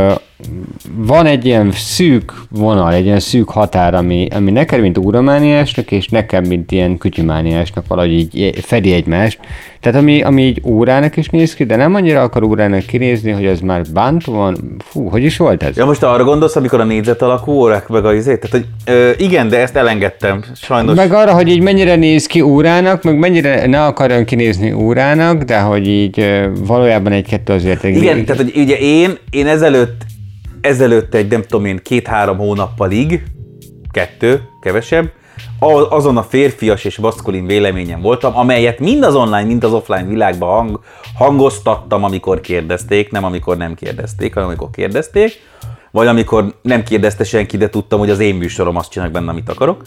van egy ilyen szűk vonal, egy ilyen szűk határ, ami nekem, mint óramániásnak, és nekem, mint ilyen kütyümániásnak valahogy így fedi egymást. Tehát ami így órának is néz ki, de nem annyira akar órának kinézni, hogy ez már bántóan, hogy is volt ez? Ja, most arra gondolsz, amikor a négyzet alakú órák, meg a izét? Tehát, hogy igen, de ezt elengedtem, sajnos. Meg arra, hogy így mennyire néz ki órának, meg mennyire ne akarjon kinézni órának, de hogy így valójában egy-kettő azért... Igen, tehát, hogy ugye én ezelőtt egy, nem tudom én, 2-3 hónappalig, 2, kevesebb, azon a férfias és maszkulin véleményen voltam, amelyet mind az online, mind az offline világban hangoztattam, amikor kérdezték, nem amikor nem kérdezték, hanem amikor kérdezték, vagy amikor nem kérdezte senki, de tudtam, hogy az én műsorom azt csinálok benne, amit akarok,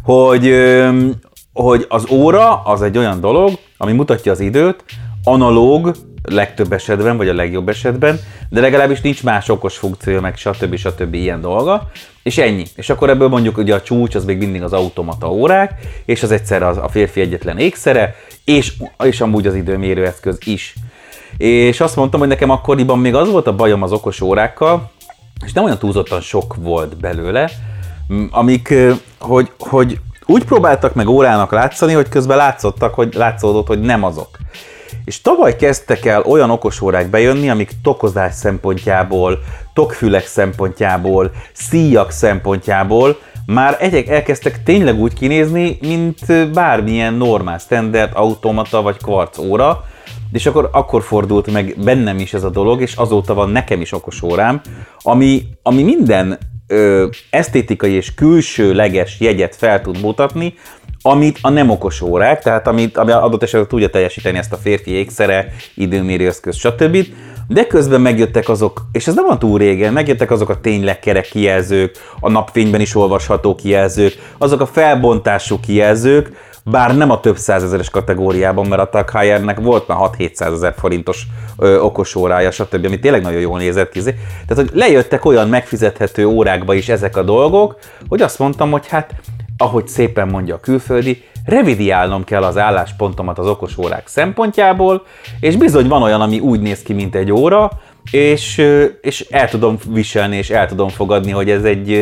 hogy az óra az egy olyan dolog, ami mutatja az időt, analóg, legtöbb esetben, vagy a legjobb esetben, de legalábbis nincs más okos funkciója, meg stb. Ilyen dolga, és ennyi. És akkor ebből mondjuk ugye a csúcs az még mindig az automata órák, és az egyszer a férfi egyetlen ékszere, és amúgy az időmérőeszköz is. És azt mondtam, hogy nekem akkoriban még az volt a bajom az okos órákkal, és nem olyan túlzottan sok volt belőle, amik, hogy úgy próbáltak meg órának látszani, hogy közben látszódott, hogy nem azok. És tavaly kezdtek el olyan okosórák bejönni, amik tokozás szempontjából, tokfülek szempontjából, szíjak szempontjából már elkezdtek tényleg úgy kinézni, mint bármilyen normál, standard, automata vagy kvarc óra, és akkor fordult meg bennem is ez a dolog, és azóta van nekem is okos órám, ami minden esztétikai és külsőleges jegyet fel tud mutatni, amit a nem okos órák, tehát ami adott esetben tudja teljesíteni ezt a férfi ékszere, időmérőeszköz, stb. De közben megjöttek azok, és ez nem van túl régen, megjöttek azok a tényleg kerek kijelzők, a napfényben is olvasható kijelzők, azok a felbontású kijelzők, bár nem a több százezeres kategóriában, mert a Tag Heuernek volt már 6-700 ezer forintos okos órája, stb., ami tényleg nagyon jól nézett ki. Tehát, hogy lejöttek olyan megfizethető órákba is ezek a dolgok, hogy azt mondtam, hogy hát, ahogy szépen mondja a külföldi, revidiálnom kell az álláspontomat az okos órák szempontjából, és bizony van olyan, ami úgy néz ki, mint egy óra, és el tudom viselni, és el tudom fogadni, hogy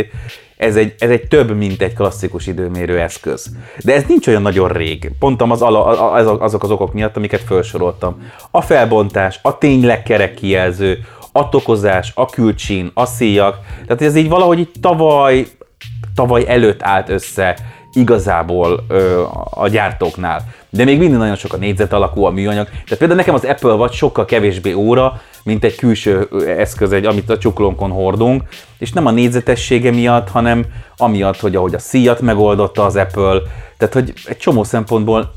ez egy több, mint egy klasszikus időmérő eszköz. De ez nincs olyan nagyon rég. Pont azok az okok miatt, amiket felsoroltam. A felbontás, a tényleg kerek kijelző, a tokozás, a külcsín, a szíjak. Tehát ez így valahogy így tavaly előtt állt össze igazából a gyártóknál. De még mindig nagyon sok a négyzet alakú a műanyag. Tehát például nekem az Apple Watch sokkal kevésbé óra, mint egy külső eszköz, amit a csuklónkon hordunk, és nem a négyzetessége miatt, hanem amiatt, hogy ahogy a szíjat megoldotta az Apple, tehát hogy egy csomó szempontból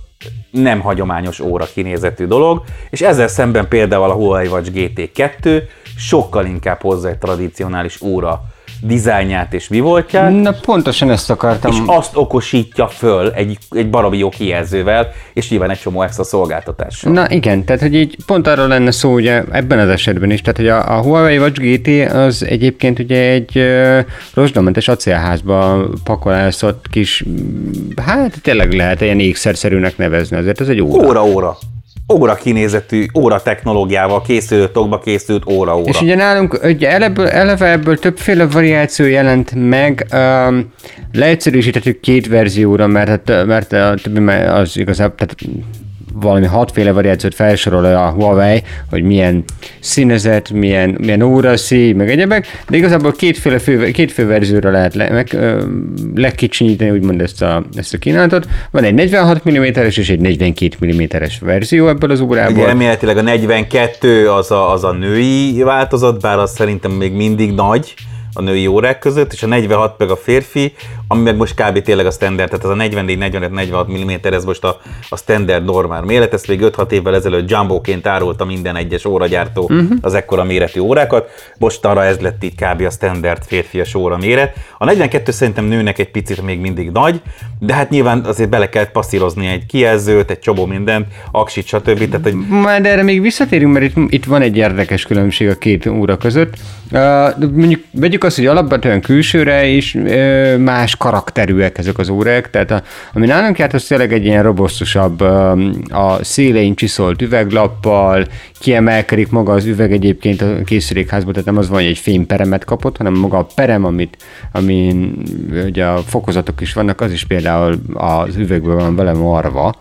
nem hagyományos óra kinézetű dolog, és ezzel szemben például a Huawei Watch GT2 sokkal inkább hozzá egy tradicionális óra dizájnját és mivoltját. Na pontosan ezt akartam. És azt okosítja föl egy baromi jó kijelzővel, és nyilván egy csomó extra szolgáltatással. Na igen, tehát hogy így pont arról lenne szó ugye ebben az esetben is, tehát hogy a Huawei Watch GT az egyébként ugye egy rozsdamentes acélházba pakolászott kis, hát tényleg lehet ilyen ékszerszerűnek nevezni, azért ez egy óra. Óra kinézetű, óra technológiával készült, tokba készült óra. És ugye nálunk ugye eleve ebből többféle variáció jelent meg, leegyszerűsítettük 2 verzióra, mert a többi az igazából, tehát valami 6 féle variációt felsorol a Huawei, hogy milyen színezet, milyen óraszíj, meg egyebek, de igazából két fő verzióra lehet lekicsinyíteni, úgymond ezt a kínálatot. Van egy 46 mm-es és egy 42 mm-es verzió ebből az órából. Ugye reméletileg a 42 az a női változat, bár az szerintem még mindig nagy a női órák között, és a 46 meg a férfi, ami meg most kb. Tényleg a standard, tehát az a 44-46 mm, ez most a standard normál méret, ezt még 5-6 évvel ezelőtt jumboként árulta minden egyes óragyártó az ekkora méretű órákat, mostanra ez lett így kb. A standard férfias óra méret. A 42 szerintem nőnek egy picit még mindig nagy, de hát nyilván azért bele kell passzírozni egy kijelzőt, egy csomó mindent, aksit, stb. Tehát, hogy... Majd erre még visszatérünk, mert itt van egy érdekes különbség a két óra között. Mondjuk vegyük azt, hogy alapvetően külsőre is más karakterűek ezek az órák, tehát ami nálunk járt, az tényleg egy ilyen robosztusabb, a szélein csiszolt üveglappal, kiemelkedik maga az üveg egyébként a készülékházból, tehát nem az van, hogy egy fémperemet kapott, hanem maga a perem, amin ugye a fokozatok is vannak, az is például az üvegből van vele marva.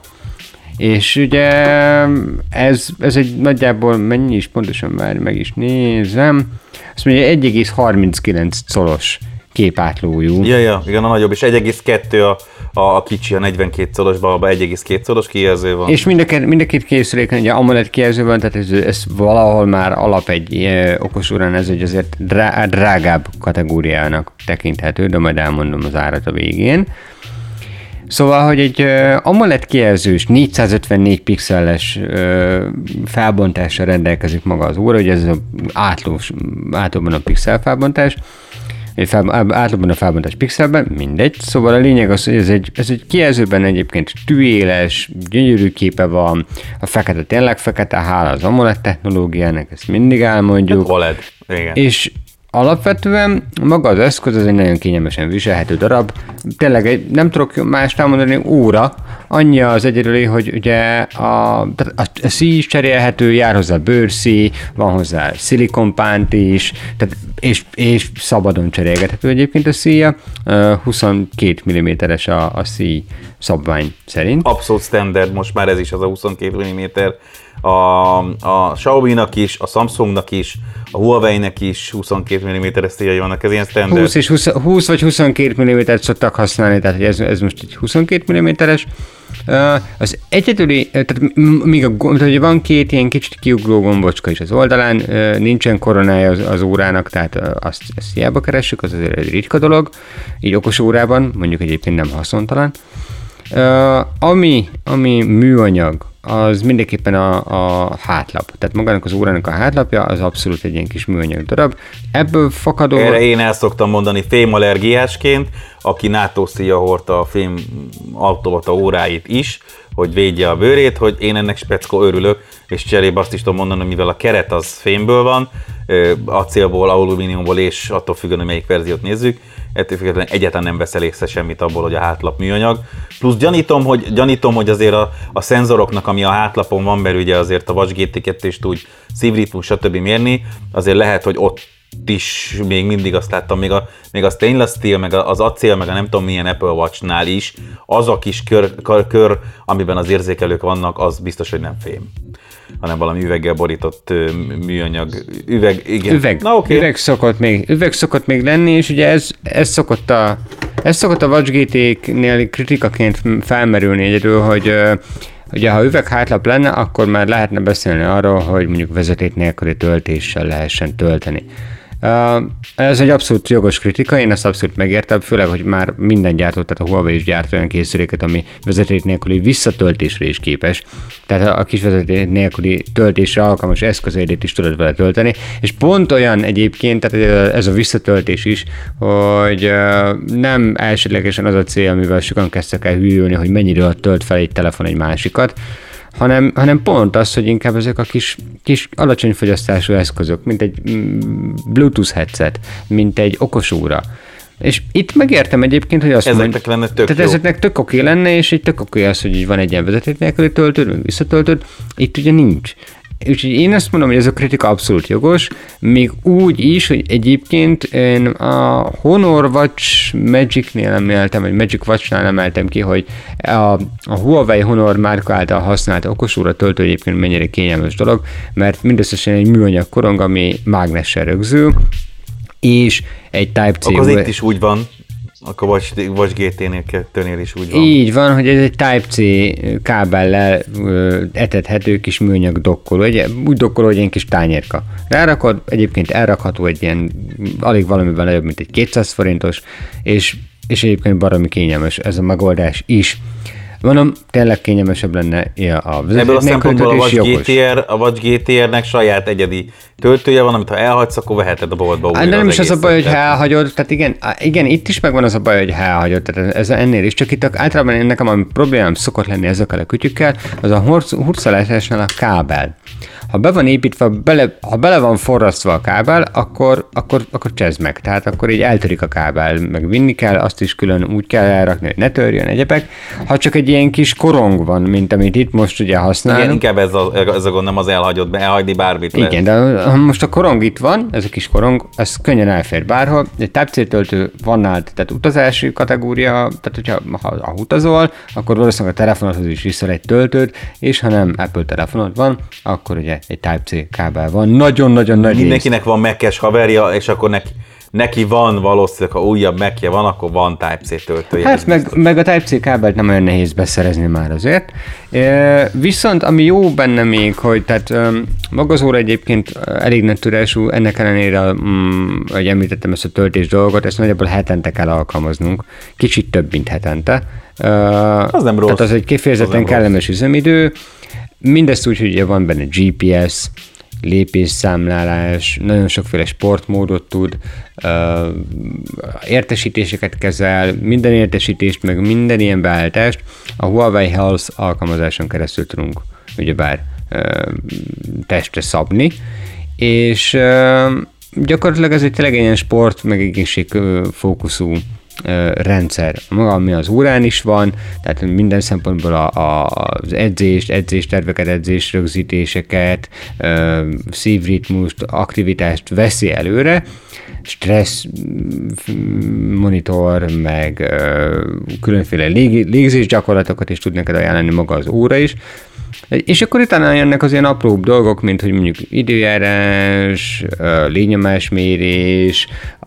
És ugye ez egy nagyjából mennyi is pontosan, már meg is nézem, azt mondja 1,39 colos képátlójú. Ja, igen, a nagyobb, és 1,2 a kicsi, a 42 colosban, abban 1,2 colos kijelző van. És mind a két készüléken ugye AMOLED kijelző van, tehát ez valahol már alap egy okosórán, ez egy azért drágább kategóriának tekinthető, de majd elmondom az árat a végén. Szóval, hogy egy AMOLED kijelzős 454 pixeles felbontással rendelkezik maga az óra, ugye ez az átlóban a pixel felbontás, átlagban a felbontás pixelben, mindegy. Szóval a lényeg az, hogy ez egy kijelzőben egyébként tűéles, gyönyörű képe van, a fekete tényleg fekete, hála az AMOLED technológiának, ezt mindig elmondjuk. OLED, igen. És alapvetően maga az eszköz az egy nagyon kényelmesen viselhető darab. Tényleg nem tudok mást elmondani, óra. Annyi az egyedüli, hogy ugye a szíj is cserélhető, jár hozzá bőrszíj, van hozzá szilikonpánt is, tehát és szabadon cserélgethető egyébként a szíja. 22 mm-es a szíj szabvány szerint. Abszolút standard, most már ez is az a 22 mm. A Xiaomi-nak is, a Samsungnak is, a Huawei-nek is 22 mm-es szíjai vannak, ez ilyen standard. 20 vagy 22 mm-et szoktak használni, tehát ez most egy 22 mm-es. Az egyedüli, tehát míg van két ilyen kicsit kiugró gombocska is az oldalán, nincsen koronája az órának, tehát azt hiába keressük, az azért egy ritka dolog, így okos órában, mondjuk egyébként nem haszontalan. Ami műanyag, az mindenképpen a hátlap. Tehát magának az órának a hátlapja az abszolút egy ilyen kis műanyag darab. Ebből fakadó... Erre én el szoktam mondani fémallergiásként, aki NATO szíja hordta a fém automata óráit is, hogy védje a bőrét, hogy én ennek speckó örülök, és cserébe azt is tudom mondani, mivel a keret az fémből van, acélból, alumíniumból, és attól függően, hogy melyik verziót nézzük, ettől függetlenül egyáltalán nem veszel észre semmit abból, hogy a hátlap műanyag. Plusz gyanítom, hogy azért a szenzoroknak, ami a hátlapon van, mert ugye azért a Watch GT2 is tud szívritmus, stb. Mérni, azért lehet, hogy ott is még mindig azt láttam, még a stainless steel, meg az acél, meg a nem tudom milyen Apple Watch-nál is, az a kis kör, amiben az érzékelők vannak, az biztos, hogy nem fém, hanem valami üveggel borított műanyag. Üveg. Na, okay. Üveg szokott még lenni, és ugye ez szokott a Watch GT-nél kritikaként felmerülni egyedül, hogy ugye, ha üveghátlap lenne, akkor már lehetne beszélni arról, hogy mondjuk vezeték nélküli töltéssel lehessen tölteni. Ez egy abszolút jogos kritika, én ezt abszolút megértem, főleg, hogy már minden gyártó, tehát a Huawei is gyárt olyan készüléket, ami vezeték nélküli visszatöltésre is képes. Tehát a kis vezeték nélküli töltésre alkalmas eszközeidet is tudod vele tölteni, és pont olyan egyébként, tehát ez a visszatöltés is, hogy nem elsődlegesen az a cél, amivel sokan kezdtek el hűlni, hogy mennyire tölt fel egy telefon egy másikat, hanem pont az, hogy inkább ezek a kis alacsony fogyasztású eszközök, mint egy Bluetooth headset, mint egy okosóra. És itt megértem egyébként, hogy azt ezeknek lenne tök tehát jó. ezeknek tök oké lenne, és egy tök oké az, hogy így van egy ilyen vezeték nélküli töltőd, meg visszatöltőd, itt ugye nincs. Úgyhogy én azt mondom, hogy ez a kritika abszolút jogos, még úgy is, hogy egyébként én a Honor Watch Magicnél emeltem, vagy Magic Watchnál emeltem ki, hogy a Huawei Honor márka által használt okosóra töltő egyébként mennyire kényelmes dolog, mert mindösszesen egy műanyag korong, ami mágnessel rögzül, és egy Type-C... Akkor itt is úgy van, akkor Watch GT-nél 2-nél is úgy van. Így van, hogy ez egy Type-C kábellel etethető kis műanyag dokkoló, úgy dokkoló, hogy ilyen kis tányérka. Rárakod, egyébként elrakható egy ilyen, alig valamivel nagyobb, mint egy 200 forintos, és egyébként baromi kényelmes ez a megoldás is. Mondom, tényleg kényelmesebb lenne a vezeték. Ebből a szempontból a Watch GTR-nek saját egyedi töltője van, amit ha elhagysz, akkor veheted a boltba újra. De nem is az a baj, hogy ha elhagyod, tehát igen, itt is megvan az a baj, hogy ha elhagyod, tehát ez ennél is, csak itt általában nekem a problémám szokott lenni ezekkel a kütyükkel, az a hurcolásnál a kábel. Ha be van építve, ha bele van forrasztva a kábel, akkor csezd meg. Tehát akkor így eltörik a kábel, meg vinni kell, azt is külön úgy kell elrakni, hogy ne törjön egyebek. Ha csak egy ilyen kis korong van, mint amit itt most ugye használunk. Igen, inkább ez a gond, nem az elhagyni bármit. Igen, de ha most a korong itt van, ez a kis korong, ez könnyen elfér bárhol. Egy Type-C töltő van nálad, tehát utazási kategória, tehát hogyha ha utazol, akkor valószínűleg a telefonodhoz is viszel egy töltőt, és ha nem Apple telefonod van, akkor ugye egy Type-C kábel van. Nagyon-nagyon nagy Mindenkinek van Mac-es haverja, és akkor neki van valószínűleg, ha újabb Mac-je van, akkor van Type-C töltője. Hát meg a Type-C kábelt nem olyan nehéz beszerezni már azért. Viszont ami jó benne még, hogy tehát maga az óra egyébként elég nagy tudású, ennek ellenére, hogy említettem ezt a töltés dolgot, ezt nagyjából hetente kell alkalmaznunk. Kicsit több, mint hetente. Az nem rossz. Tehát az egy kifejezetten kellemes üzemidő. Mindezt úgy, hogy ugye van benne GPS, lépésszámlálás, nagyon sokféle sportmódot tud, értesítéseket kezel, minden értesítést, meg minden ilyen beállítást a Huawei Health alkalmazáson keresztül tudunk ugyebár testre szabni, és gyakorlatilag ez egy tényleg ilyen sport, meg egészségfókuszú rendszer. Maga, ami az órán is van, tehát minden szempontból az edzésterveket, edzésrögzítéseket, szívritmust, aktivitást veszi előre, stressz monitor, meg különféle légzés gyakorlatokat is tud neked ajánlani maga az óra is. És akkor utána jönnek az ilyen apróbb dolgok, mint hogy mondjuk időjárás, légnyomásmérés,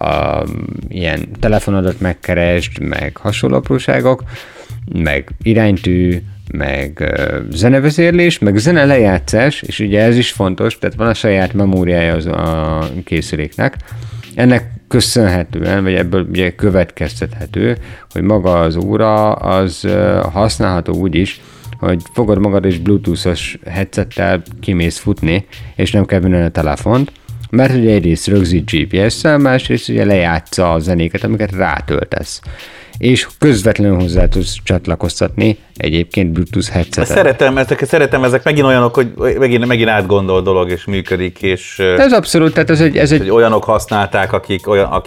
ilyen telefonodat megkeresd, meg hasonló apróságok, meg iránytű, meg zenevezérlés, meg zene lejátszás, és ugye ez is fontos, tehát van a saját memóriája az a készüléknek. Ennek köszönhetően, vagy ebből ugye következtethető, hogy maga az óra az használható úgy is, hogy fogod magad és bluetooth-os headsettel kimész futni, és nem kell vinni a telefont, mert ugye egyrészt rögzít GPS-szel, másrészt ugye lejátsza a zenéket, amiket rátöltesz. És közvetlenül hozzá tudsz csatlakoztatni egyébként Bluetooth headsetet. Szeretem, ezek megint olyanok, hogy megint átgondol dolog, és működik, és... Ez abszolút, tehát ez egy... Olyanok használták, akik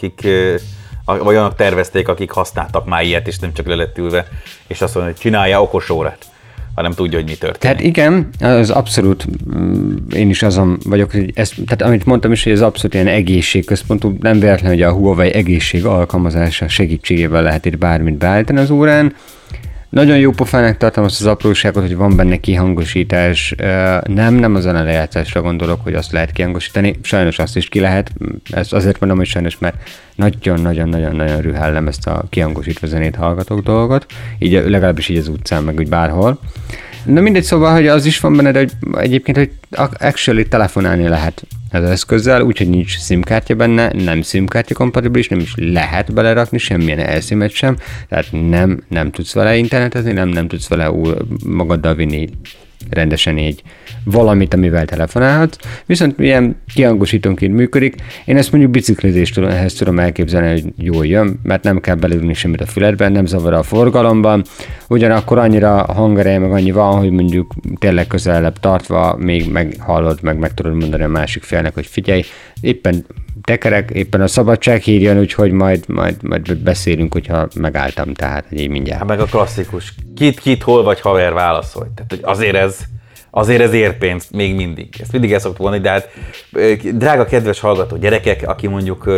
olyanok tervezték, akik használtak már ilyet, és nem csak le lett ülve, és azt mondja, hogy csinálja okos órát, hanem tudja, hogy mi történik. Tehát igen, az abszolút, én is azon vagyok, hogy tehát amit mondtam is, hogy ez abszolút ilyen egészségközpontú, nem véletlen, hogy a Huawei egészség alkalmazása segítségével lehet itt bármit beállítani az órán. Nagyon jó pofának tartom azt az apróságot, hogy van benne kihangosítás. Nem a zene lejátszásra gondolok, hogy azt lehet kihangosítani. Sajnos azt is ki lehet. Ezt azért mondom, hogy sajnos, mert nagyon-nagyon-nagyon rühellem ezt a kihangosítva zenét hallgatók dolgot. Így legalábbis így az utcán, meg úgy bárhol. Na mindegy, szóval, hogy az is van benne, hogy egyébként, hogy actually telefonálni lehet ez az eszközzel, úgyhogy nincs SIM-kártya benne, nem SIM-kártya kompatibilis, nem is lehet belerakni semmilyen elszímet sem, tehát nem tudsz vele internetezni, nem tudsz vele magaddal vinni rendesen így valamit, amivel telefonálhatsz, viszont milyen kihangosítónként működik. Én ezt mondjuk biciklizéstől ehhez tudom elképzelni, hogy jól jön, mert nem kell belülni semmit a füledben, nem zavar a forgalomban, ugyanakkor annyira hangereje, meg annyi van, hogy mondjuk tényleg közelebb tartva még meghallod, meg tudod mondani a másik félnek, hogy figyelj, éppen tekerek, éppen a szabadság hírjon, úgyhogy majd beszélünk, hogyha megálltam, tehát így mindjárt. Hát meg a klasszikus, kit, hol vagy haver, válaszolj. Tehát, hogy azért ez ér pénzt még mindig. Ezt mindig el szoktuk mondani, de hát drága kedves hallgató gyerekek, aki mondjuk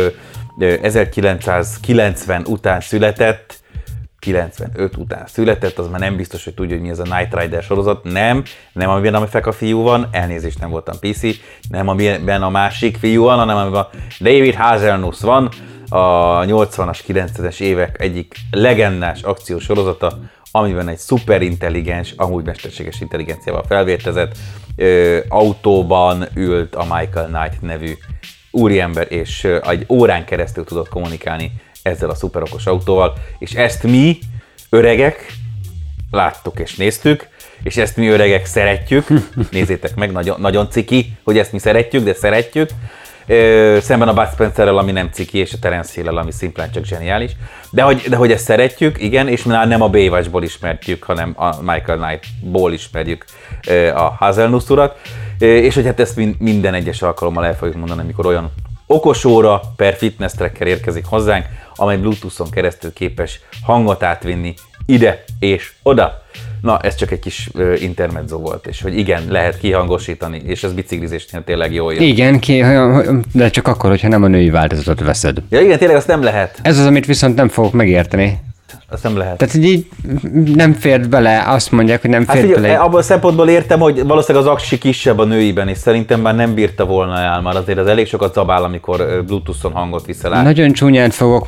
1990 után született, 95 után született, az már nem biztos, hogy tudja, hogy mi ez a Knight Rider sorozat. Nem amiben a feka fiú van, elnézést, nem voltam PC, nem amiben a másik fiú van, hanem amiben David Hazelnuss van, a 80-as, 90-es évek egyik legendás akciós sorozata, amiben egy szuperintelligens, amúgy mesterséges intelligenciával felvértezett autóban ült a Michael Knight nevű úriember, és egy órán keresztül tudott kommunikálni ezzel a szuperokos autóval, és ezt mi, öregek, láttuk és néztük, és ezt mi öregek szeretjük, nézzétek meg, nagyon ciki, hogy ezt mi szeretjük, de szeretjük, szemben a Bud Spencerrel, ami nem ciki, és a Terence Hill-el, ami szimplán csak zseniális, de hogy ezt szeretjük, igen, és már nem a Baywatch-ból ismertjük, hanem a Michael Knight-ból ismerjük a Hazelnuss urat, és hogy hát ezt minden egyes alkalommal el fogjuk mondani, amikor olyan okosóra per fitness tracker érkezik hozzánk, amely Bluetooth-on keresztül képes hangot átvinni ide és oda. Na, ez csak egy kis intermezzo volt, és hogy igen, lehet kihangosítani, és ez biciklizésnél tényleg jól jön. Igen, de csak akkor, hogyha nem a női változatot veszed. Ja igen, tényleg azt nem lehet. Ez az, amit viszont nem fogok megérteni. Azt nem lehet. Tehát, hogy így nem fért bele, azt mondják, hogy nem fért bele. Abban a szempontból értem, hogy valószínűleg az aksi kisebb a nőiben, és szerintem már nem bírta volna el, már azért az elég sokat zabál, amikor Bluetooth-on hangot viszel át. Nagyon csúnyát fogok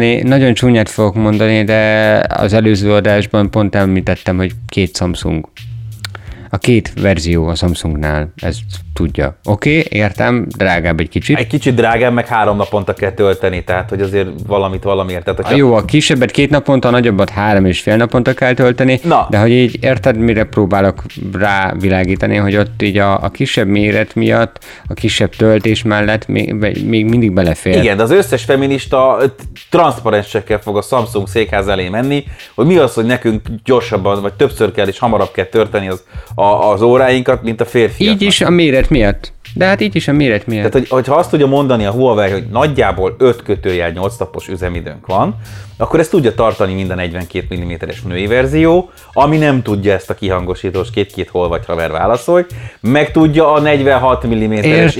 mondani, de az előző adásban pont említettem, hogy 2 Samsung. A 2 verzió a Samsungnál, ezt tudja. Oké, értem, drágább egy kicsit. Egy kicsit drágább, meg 3 naponta kell tölteni, tehát hogy azért valamiért. Tehát, Jó, a kisebbet 2 naponta, a nagyobbat 3,5 naponta kell tölteni, de hogy így érted, mire próbálok rávilágítani, hogy ott így a kisebb méret miatt, a kisebb töltés mellett még mindig belefér. Igen, de az összes feminista transzparensekkel fog a Samsung székház elé menni, hogy mi az, hogy nekünk gyorsabban, vagy többször kell és hamarabb kell tölteni az óráinkat, mint a férfiaknak. Így is a méret miatt. De hát így is a méret miatt. Tehát, hogyha azt tudja mondani a Huawei, hogy nagyjából 5-8 napos üzemidőnk van, akkor ezt tudja tartani minden 42 mm-es női verzió, ami nem tudja ezt a kihangosítós 2 hol vagy haver válaszolj, meg tudja a 46 mm-es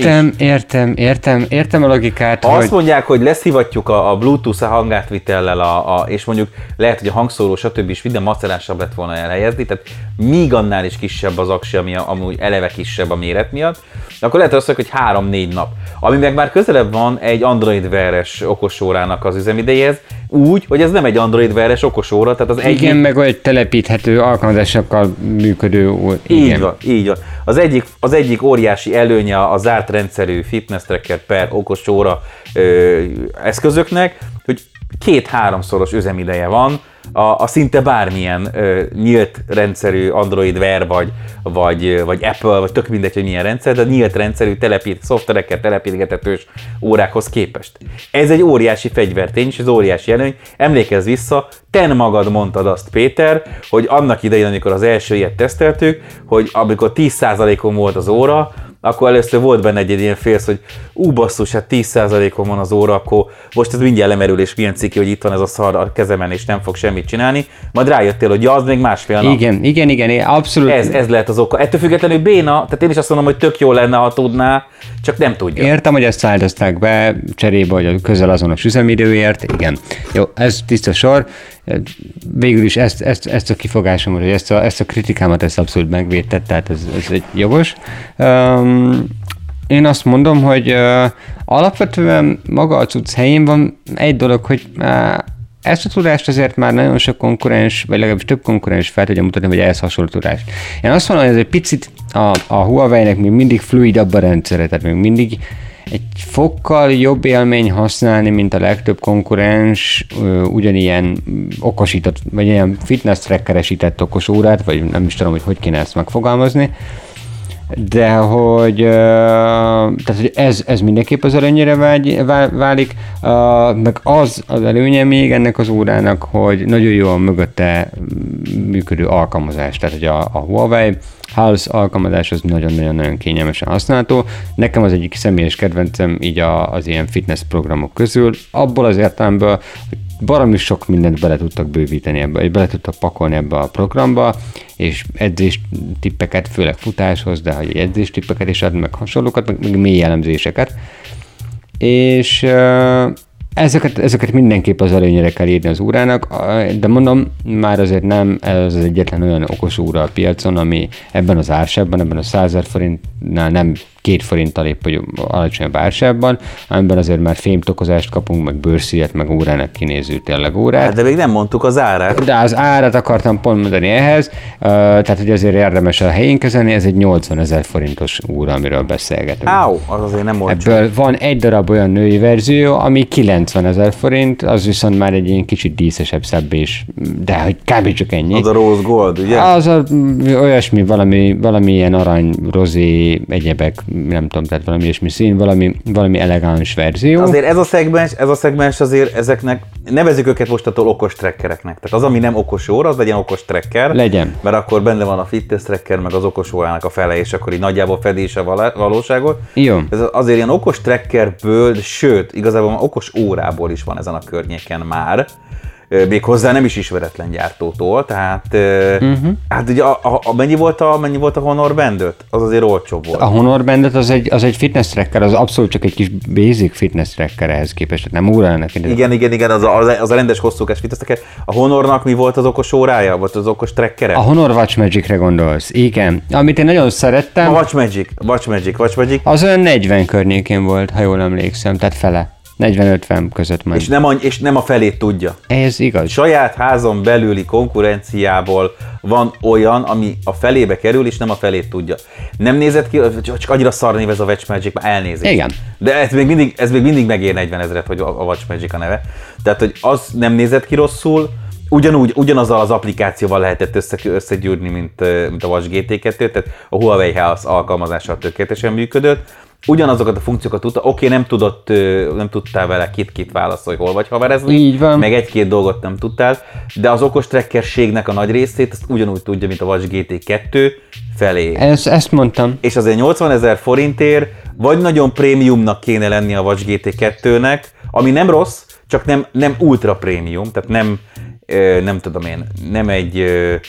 Értem a logikát. Ha azt mondják, hogy leszivatjuk a Bluetooth hangátvitellel, és mondjuk lehet, hogy a hangszóró stb. Is minden macerásabb lett volna elhelyezni, tehát míg annál is kisebb az aksi, ami amúgy eleve kisebb a méret miatt, akkor lehet azt mondjuk, hogy 3-4 nap. Ami meg már közelebb van egy Android Wear-es okosórának az üzemidejéhez, úgy, hogy ez nem egy Android Wear-es okosóra, tehát az egyik... Igen, meg egy telepíthető alkalmazásokkal működő... Így van. Az egyik óriási előnye a zárt rendszerű fitness tracker per okosóra eszközöknek, hogy 2-3-szoros üzemideje van a szinte bármilyen nyílt rendszerű Android Wear vagy Apple, vagy tök mindegy, hogy milyen rendszer, de nyílt rendszerű szoftverekkel telepítgethetős órákhoz képest. Ez egy óriási fegyvertény, és ez óriási előny. Emlékezz vissza, te magad mondtad azt, Péter, hogy annak idején, amikor az első ilyet teszteltük, hogy amikor 10%-on volt az óra, akkor először volt benne egy ilyen félsz, hogy basszus, hát 10%-on van az óra, akkor most ez mindjárt lemerül, és milyen ciki, hogy itt van ez a szar a kezemen, és nem fog semmit csinálni. Majd rájöttél, hogy az még másfél nap. Igen, abszolút. Ez lehet az oka. Ettől függetlenül béna, tehát én is azt mondom, hogy tök jó lenne, ha tudná, csak nem tudja. Értem, hogy ezt szállították be cserébe, hogy a közel azonos üzemidőért, igen. Jó, ez tiszta sor. Végül is ezt a kifogásomat, hogy ezt a kritikámat ezt abszolút megvédett, tehát ez egy jogos. Én azt mondom, hogy alapvetően maga a cucc helyén van. Egy dolog, hogy ezt a tudást azért már nagyon sok konkurens, vagy legalábbis több konkurens fel tudja mutatni, hogy ehhez hasonló tudást. Én azt mondom, hogy ez egy picit a Huawei-nek még mindig fluidabb a rendszere, tehát még mindig egy fokkal jobb élmény használni, mint a legtöbb konkurens ugyanilyen okosított, vagy ilyen fitness trackeresített okos órát, vagy nem is tudom, hogy kéne ezt megfogalmazni, de hogy, tehát, hogy ez mindenképp az előnyére válik, meg az előnye még ennek az órának, hogy nagyon jó a mögötte működő alkalmazás, tehát hogy a Huawei Pulse alkalmazás az nagyon-nagyon kényelmesen használható. Nekem az egyik személyes kedvencem így az ilyen fitness programok közül, abból az értelemből, hogy baromi sok mindent bele tudtak bővíteni ebbe, vagy bele tudtak pakolni ebbe a programba, és edzés tippeket, főleg futáshoz, de hogy edzés tippeket is ad, meg hasonlókat, meg mély elemzéseket. És ezeket mindenképp az előnyére kell írni az órának, de mondom, már azért nem ez az egyetlen olyan okos óra a piacon, ami ebben az ársávban, ebben a 100 000 forintnál nem 2 forinttal épp, hogy alacsonyabb ársávban, amiben azért már fémtokozást kapunk, meg bőrszíjat, meg órának kinéző tényleg órát. Hát de még nem mondtuk az árát. De az árat akartam pont mondani ehhez, tehát hogy azért érdemes a helyén kezelni, ez egy 80 000 forintos óra, amiről beszélgetünk. Az azért nem olcsó. Ebből van egy darab olyan női verzió, ami 90 000 forint, az viszont már egy ilyen kicsit díszesebb, szebb is, de hogy kb. Csak ennyi. Az a rose gold, ugye? Az olyasmi, valami ilyen arany, rozé, egyebek, nem tudom, tehát valami ilyesmi szín, valami elegáns verzió. Azért ez a szegmens azért ezeknek, nevezzük őket mostantól okos trackereknek. Tehát az, ami nem okos óra, az legyen okos tracker. Legyen. Mert akkor benne van a fitness tracker, meg az okos órának a fele, és akkor így nagyjából fedi is a valóságot. Jó. Ez azért ilyen okos trackerből, sőt, igazából okos órából is van ezen a környéken már. Méghozzá nem is ismeretlen gyártótól, tehát hát ugye mennyi volt a Honor Band 5? Az azért olcsóbb volt. A Honor Band 5 az egy fitness tracker, az abszolút csak egy kis basic fitness tracker ehhez képest, nem órának. Igen, az a rendes hosszúkás fitness tracker. A Honornak mi volt az okos órája? Volt az okos trackere? A Honor Watch Magicre gondolsz, igen. Amit én nagyon szerettem. A Watch Magic. Az olyan 40 környékén volt, ha jól emlékszem, tehát fele. 40-50 között ment. És nem a felét tudja. Ez igaz. Saját házon belüli konkurenciából van olyan, ami a felébe kerül, és nem a felét tudja. Nem nézett ki, csak annyira szar név ez a Watch Magic, már elnézést. Igen. De ez még mindig megér 40 000, hogy a Watch Magic a neve. Tehát, hogy az nem nézett ki rosszul, ugyanazzal az applikációval lehetett összegyűrni, mint a Watch GT2, tehát a Huawei Health alkalmazással tökéletesen működött. Ugyanazokat a funkciókat tudta, nem tudtál vele két válaszolni, hol vagy haverezni, így van. Meg egy-két dolgot nem tudtál, de az okos trackerségnek a nagy részét azt ugyanúgy tudja, mint a Watch GT2 felé. Ezt mondtam. És azért 80 000 forintért vagy nagyon prémiumnak kéne lenni a Watch GT2-nek, ami nem rossz, csak nem ultra prémium, tehát nem tudom én, nem egy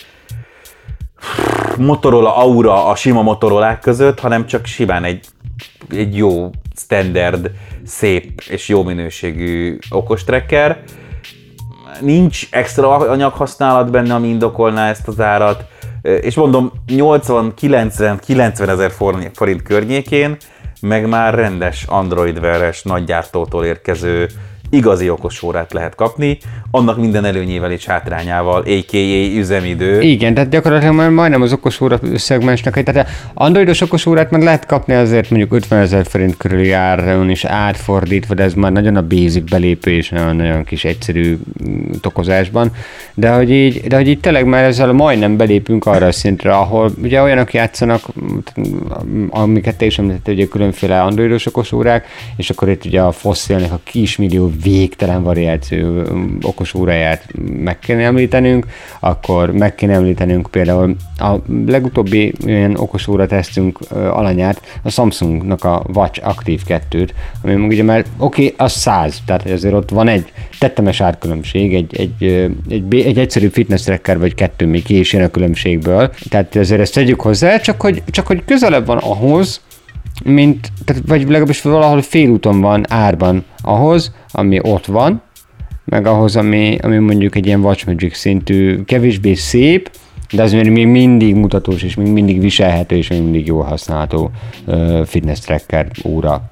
Motorola Aura a sima Motorolák között, hanem csak simán egy jó, standard, szép és jó minőségű okos tracker. Nincs extra anyaghasználat benne, ami indokolná ezt az árat, és mondom 80-90 000 forint környékén, meg már rendes Android-veres nagygyártótól érkező igazi okos órát lehet kapni, annak minden előnyével és hátrányával, a.k.a. üzemidő. Igen, tehát gyakorlatilag már majdnem az okos óra szegmensnek, tehát androidos okos órát meg lehet kapni azért mondjuk 50 000 forint körüli áron is átfordítva, de ez már nagyon a basic belépő és nagyon kis egyszerű tokozásban, de hogy így tényleg már ezzel majdnem belépünk arra a szintre, ahol ugye olyanok játszanak, amiket te is említettél, ugye különféle androidos okos órák, és akkor itt ugye a Fossilnek a kismillió végtelen variáció okos óráját meg kéne említenünk, akkor meg kéne említenünk például a legutóbbi ilyen okos óra tesztünk alanyát, a Samsungnak a Watch Active 2-t, ami ugye már az 100, tehát azért ott van egy tettemes árkülönbség, egy egyszerű fitness tracker vagy kettő még ki is jön a különbségből, tehát azért ezt tegyük hozzá, csak hogy közelebb van ahhoz, vagy legalábbis valahol félúton van árban ahhoz, ami ott van, meg ahhoz, ami mondjuk egy ilyen Watch Magic szintű, kevésbé szép, de az még mindig mutatós, és még mindig viselhető, és még mindig jól használható fitness tracker óra.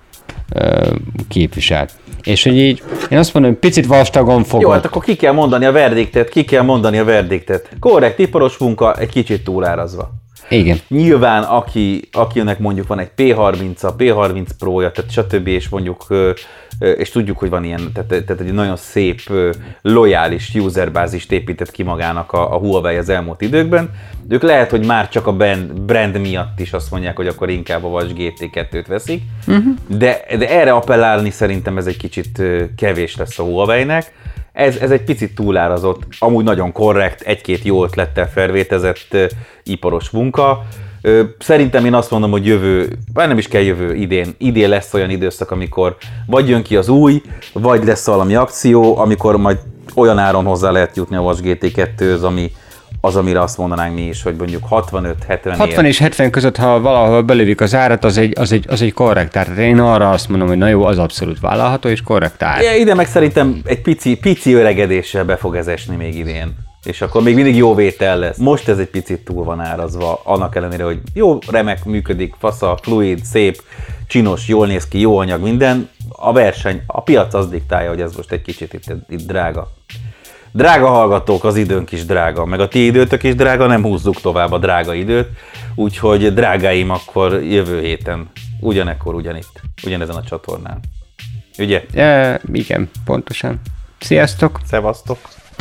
képviselt. És hogy így, én azt mondom, hogy picit vastagon fogod. Jó, hát akkor ki kell mondani a verdiktet. Korrekt iparos munka, egy kicsit túlárazva. Igen. Nyilván, akinek mondjuk van egy P30-a, P30 Pro-ja, tehát stb. És mondjuk, és tudjuk, hogy van ilyen, tehát egy nagyon szép, lojális userbázist épített ki magának a Huawei az elmúlt időkben. Ők lehet, hogy már csak a brand miatt is azt mondják, hogy akkor inkább a Watch GT2-t veszik, de erre appellálni szerintem ez egy kicsit kevés lesz a Huawei-nek. Ez egy picit túlárazott, amúgy nagyon korrekt, egy-két jó ötlettel felvétezett iparos munka. Szerintem én azt mondom, hogy nem is kell idén lesz olyan időszak, amikor vagy jön ki az új, vagy lesz valami akció, amikor majd olyan áron hozzá lehet jutni a Watch GT2-höz, amire azt mondanánk mi is, hogy mondjuk 65-70 60 és 70 között, ha valahol belövik az árat, az egy korrekt ár. Én arra azt mondom, hogy na jó, az abszolút vállalható és korrekt ár. Ide meg szerintem egy pici öregedéssel be fog ez esni még idén. És akkor még mindig jó vétel lesz. Most ez egy picit túl van árazva, annak ellenére, hogy jó, remek, működik, fasza, fluid, szép, csinos, jól néz ki, jó anyag, minden. A verseny, a piac az diktálja, hogy ez most egy kicsit itt drága. Drága hallgatók, az időnk is drága, meg a ti időtök is drága, nem húzzuk tovább a drága időt, úgyhogy drágáim, akkor jövő héten ugyanekkor, ugyanezen a csatornán. Ugye? Igen, pontosan. Sziasztok! Szevasztok!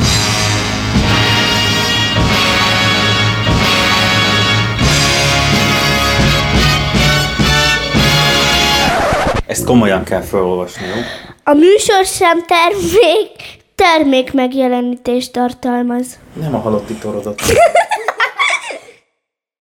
Ezt komolyan kell felolvasni, jó? A műsor sem termék megjelenítést tartalmaz. Nem a halotti torodat.